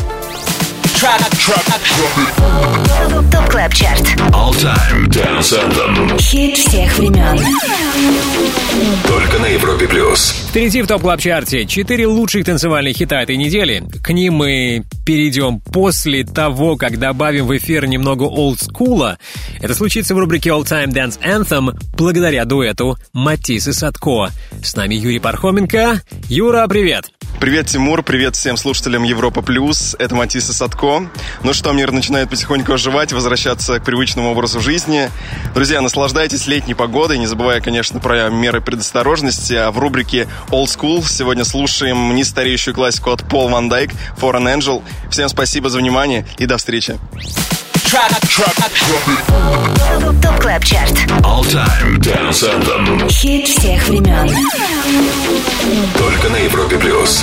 Топ Клаб Чарт. All Time Dance Anthem. Хит всех времен. Только на Европе плюс. плюс. Впереди в ТОП Клаб Чарте четыре лучших танцевальных хита этой недели. К ним мы перейдем после того, как добавим в эфир немного олдскула. Это случится в рубрике All Time Dance Anthem благодаря дуэту Матис и Садко. С нами Юрий Пархоменко. Юра, привет! Привет, Тимур, привет всем слушателям Европа Плюс. Это Матис и Садко. Ну что, мир начинает потихоньку оживать, возвращаться к привычному образу жизни. Друзья, наслаждайтесь летней погодой, не забывая, конечно, про меры предосторожности. А в рубрике Old School сегодня слушаем нестареющую классику от Пол Ван Дайк, Foreign Angel. Всем спасибо за внимание и до встречи. ТОП Клаб Чарт. All Time Dance Anthem. Хит всех времен. Только на Европе Плюс.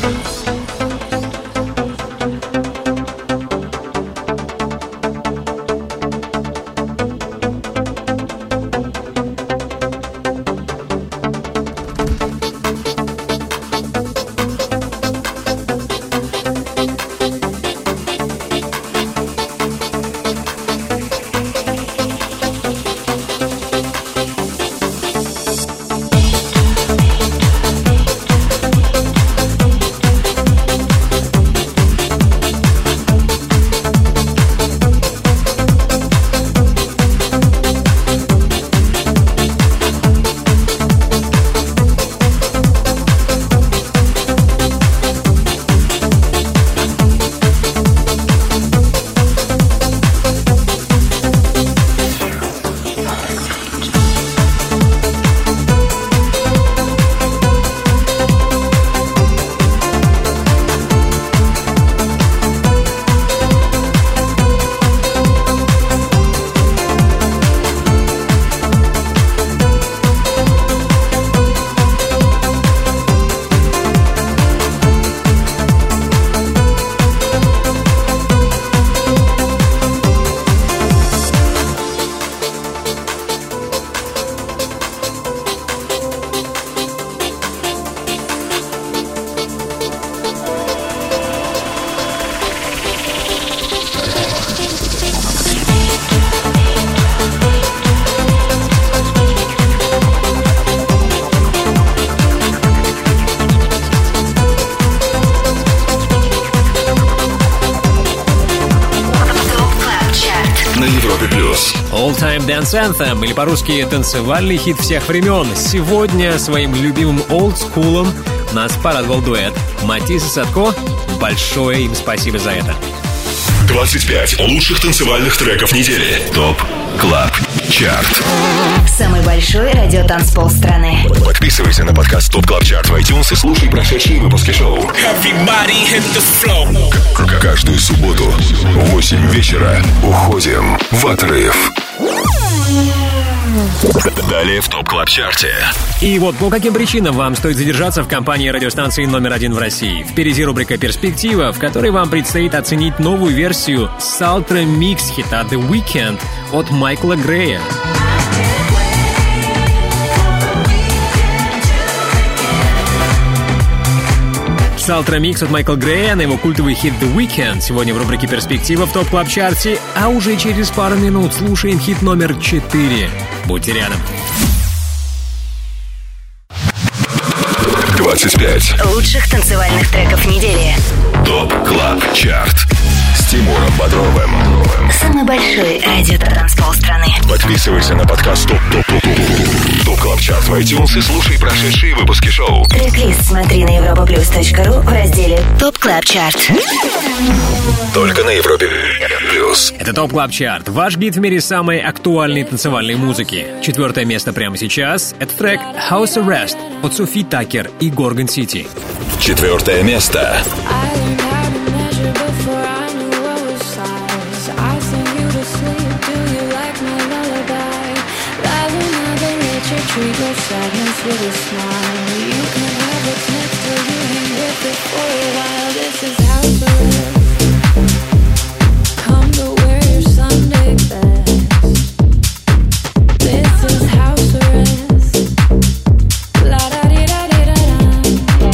All Time Dance Anthem, или по-русски танцевальный хит всех времен. Сегодня своим любимым олдскулом нас порадовал дуэт Матис и Садко. Большое им спасибо за это. двадцать пять лучших танцевальных треков недели. ТОП Клаб Чарт. Самый большой радиотанцпол страны. Подписывайся на подкаст ТОП Клаб Чарт в iTunes и слушай прошедшие выпуски шоу. К- Каждую субботу в восемь вечера уходим в отрыв. Далее в ТОП Клаб Чарте. И вот по каким причинам вам стоит задержаться в компании радиостанции номер один в России. Впереди рубрика «Перспектива», в которой вам предстоит оценить новую версию Saltra Mix хита The Weeknd от Майкла Грея. Saltra Mix от Майкла Грея на его культовый хит The Weeknd сегодня в рубрике «Перспектива» в ТОП Клаб Чарте, а уже через пару минут слушаем хит номер четыре. Будьте рядом. двадцать пять лучших танцевальных треков недели. ТОП Клаб Чарт с Тимуром Бодровым. Самый большой радиотанцпол страны. Подписывайся на подкаст ТОП ТОП ТОП ТОП Клаб Чарт в iTunes и слушай прошедшие выпуски шоу. Трек-лист смотри на европаплюс точка ру в разделе ТОП Клаб Чарт. Только на Европе Плюс. Это ТОП Клаб Чарт, ваш гид в мире самой актуальной танцевальной музыки. Четвертое место прямо сейчас — это трек House Arrest от Софи Такер и Горгон Сити. Четвертое место. Treat your sadness with a smile. You can have what's next till you hang with it for a while. This is house arrest. Come to wear your Sunday best. This is house arrest. La da di da di da da.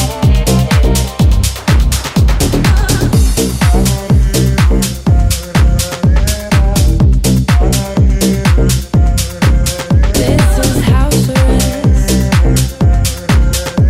This is house arrest.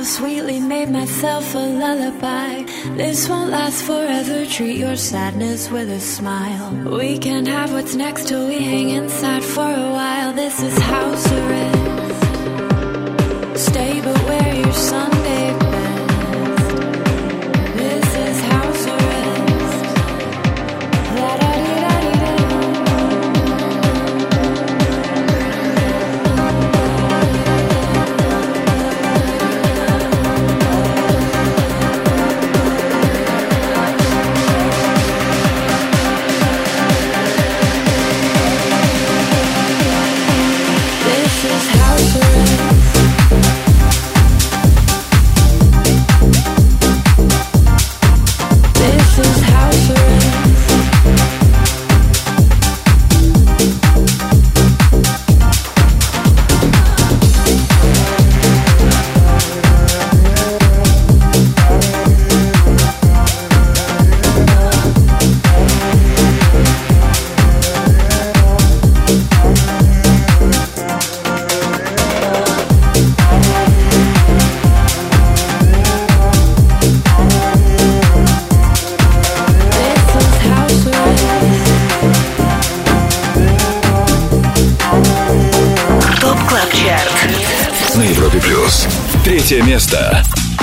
sweetly made myself a lullaby. This won't last forever, treat your sadness with a smile. We can have what's next till we hang inside for a while. This is house arrest. Stay but wear your Sunday best. This is house arrest. La-da-dee-da-dee-da. This is house arrest. На Европе Плюс. Третье место.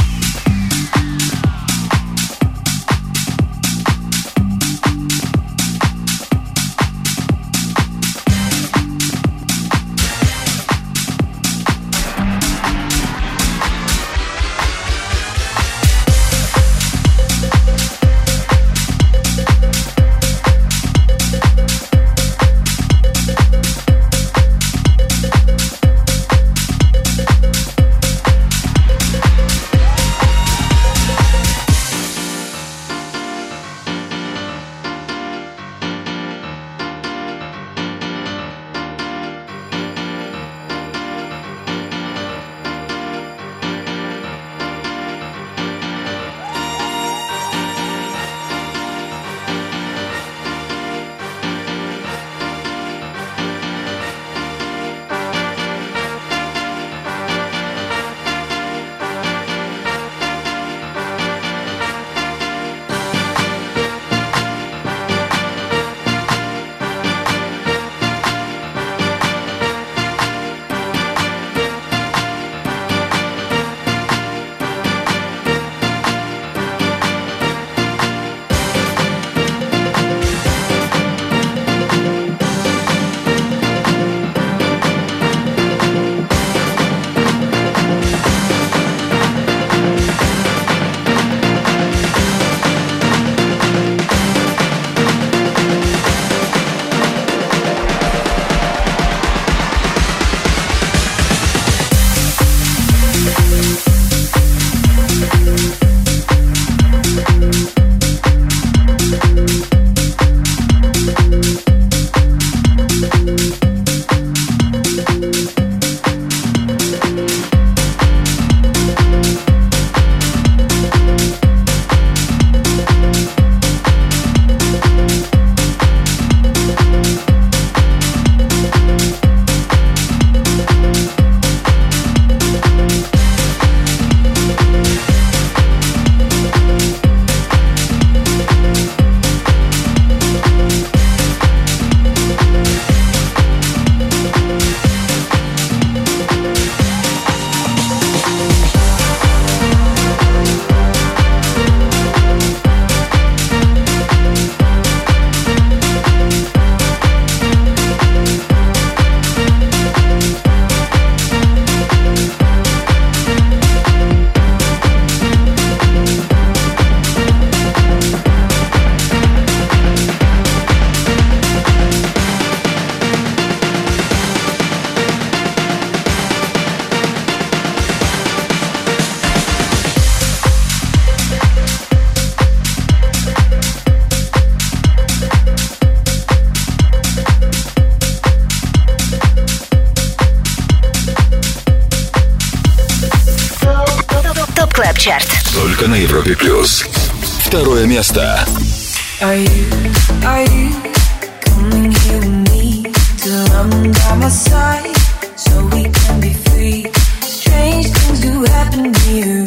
Клаб Чарт. Только на Европе Плюс. Второе место. Are you, are you coming here with me till I'm by my side, so we can be free? Strange things do happen here.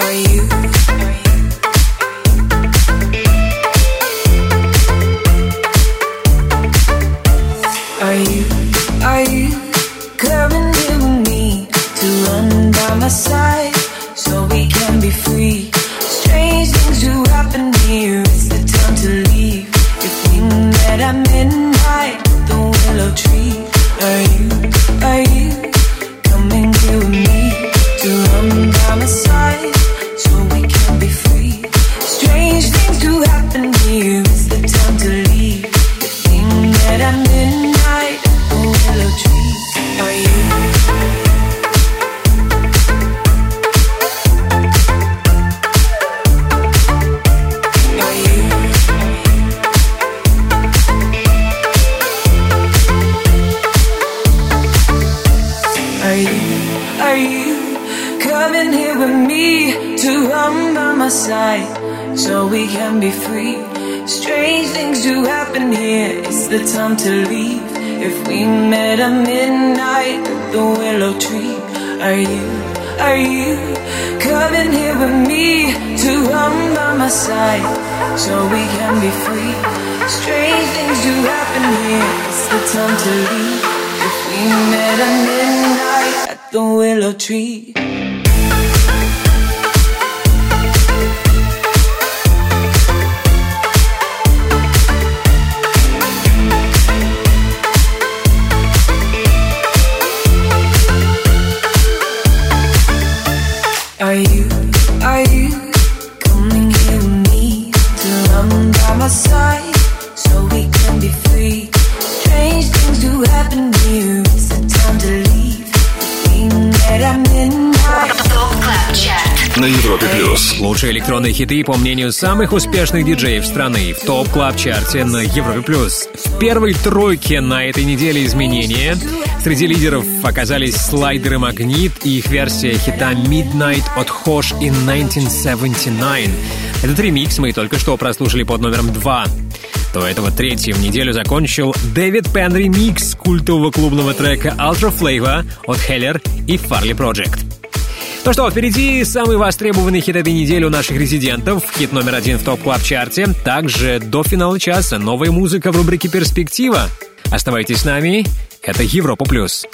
Лучшие электронные хиты, по мнению самых успешных диджеев страны, в топ клаб чарте на Европе плюс. В первой тройке на этой неделе изменения. Среди лидеров оказались слайдеры «Магнит» и их версия хита «Midnight» от Хош in тысяча девятьсот семьдесят девять. Этот ремикс мы только что прослушали под номером два. До этого третью неделю закончил Дэвид Пен ремикс культового клубного трека «Ultra Flavor» от Heller и Farley Project. Ну что, впереди самый востребованный хит этой недели у наших резидентов. Хит номер один в топ клаб чарте. Также до финала часа новая музыка в рубрике «Перспектива». Оставайтесь с нами. Это Европа плюс.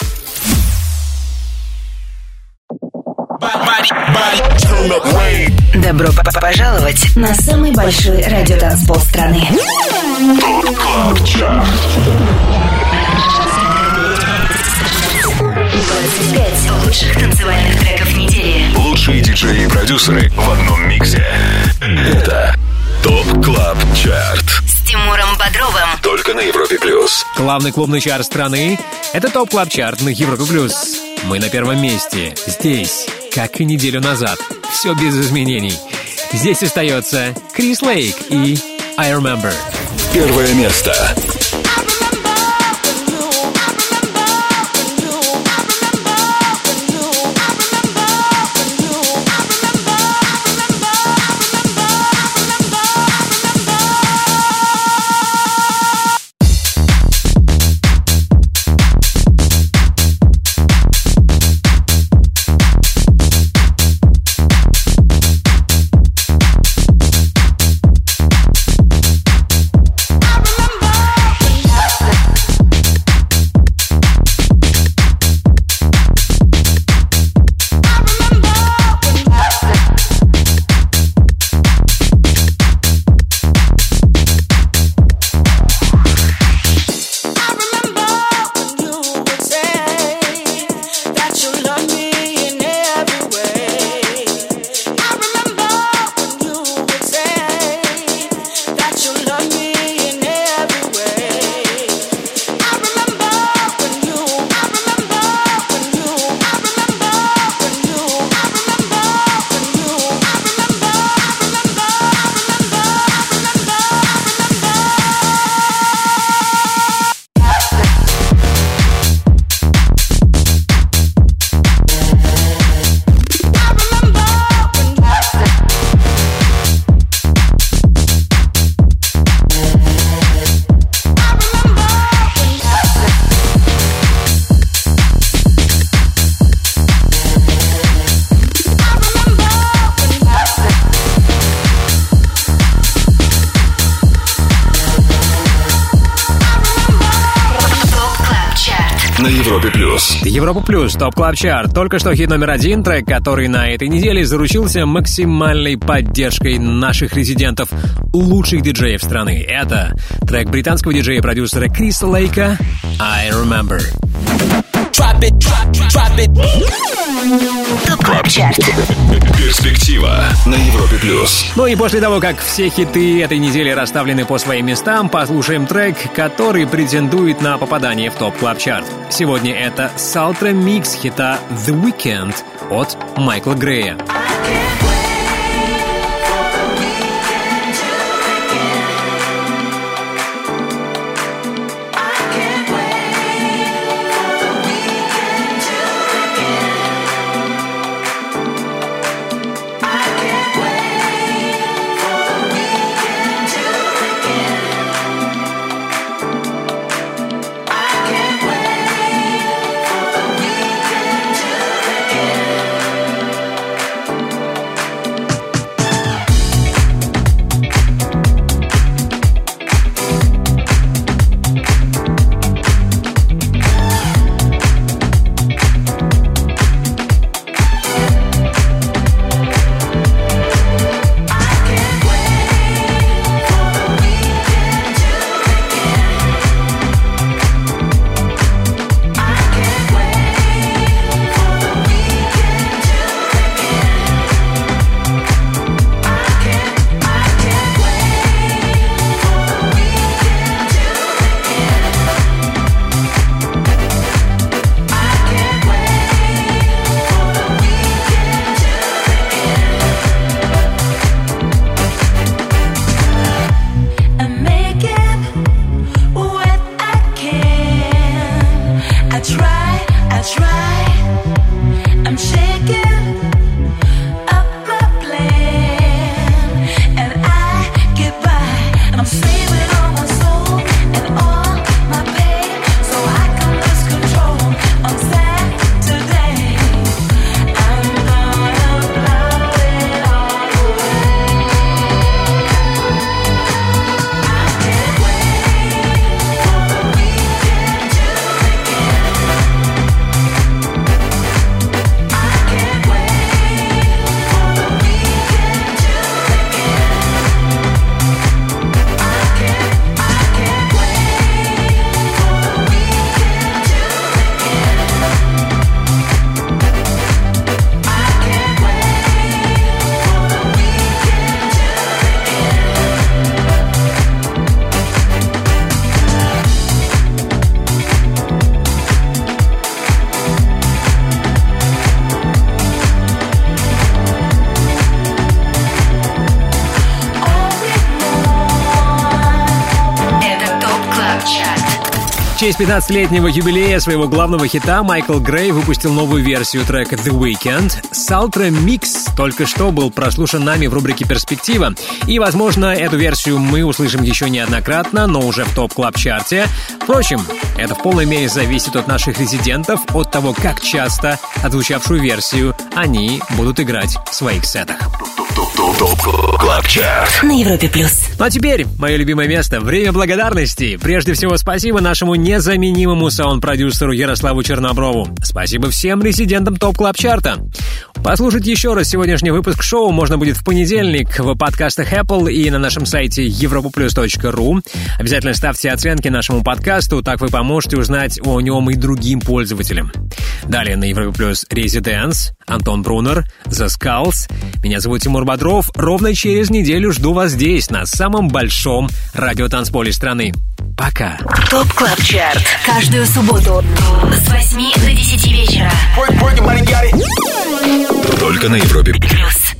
Добро пожаловать на самый большой радиотанцпол страны. ТОП КЛАБ ЧАРТ. двадцать пять лучших танцевальных треков недели. Лучшие диджеи и продюсеры в одном миксе. Это ТОП КЛАБ ЧАРТ С Тимуром Бодровым. Только на Европе плюс. Главный клубный чарт страны — это ТОП КЛАБ ЧАРТ на Европе плюс. Мы на первом месте. Здесь, как и неделю назад, все без изменений. Здесь остается Крис Лейк и I Remember. Первое место. Плюс. Европа Плюс, Топ Клаб Чарт. Только что хит номер один, трек, который на этой неделе заручился максимальной поддержкой наших резидентов, лучших диджеев страны. Это трек британского диджея-продюсера Криса Лейка «I Remember». Drop it, drop, drop it. Топ Клаб Чарт. Перспектива на Европе Плюс. Ну и после того, как все хиты этой недели расставлены по своим местам, послушаем трек, который претендует на попадание в Топ Клаб Чарт. Сегодня это Saltra Mix хита The Weeknd от Майкла Грея. В честь пятнадцатилетнего юбилея своего главного хита Майкл Грей выпустил новую версию трека The Weeknd. Saltra Mix только что был прослушан нами в рубрике «Перспектива». И, возможно, эту версию мы услышим еще неоднократно, но уже в топ-клаб-чарте. Впрочем, это в полной мере зависит от наших резидентов, от того, как часто отзвучавшую версию они будут играть в своих сетах. На Европе Плюс. Ну а теперь мое любимое место — время благодарности. Прежде всего, спасибо нашему незаменимому саунд-продюсеру Ярославу Черноброву. Спасибо всем резидентам Топ Клаб Чарта. Послушать еще раз сегодняшний выпуск шоу можно будет в понедельник в подкастах Apple и на нашем сайте европа плюс точка ру. Обязательно ставьте оценки нашему подкасту, так вы поможете узнать о нем и другим пользователям. Далее на Европе Плюс Residence, Антон Брунер, The Skulls. Меня зовут Тимур Бодров. Ровно через неделю жду вас здесь, на самом большом радиотанцполе страны. Пока. Топ Клаб Чарт. Каждую субботу с восьми до десяти вечера. Только на Европе Плюс.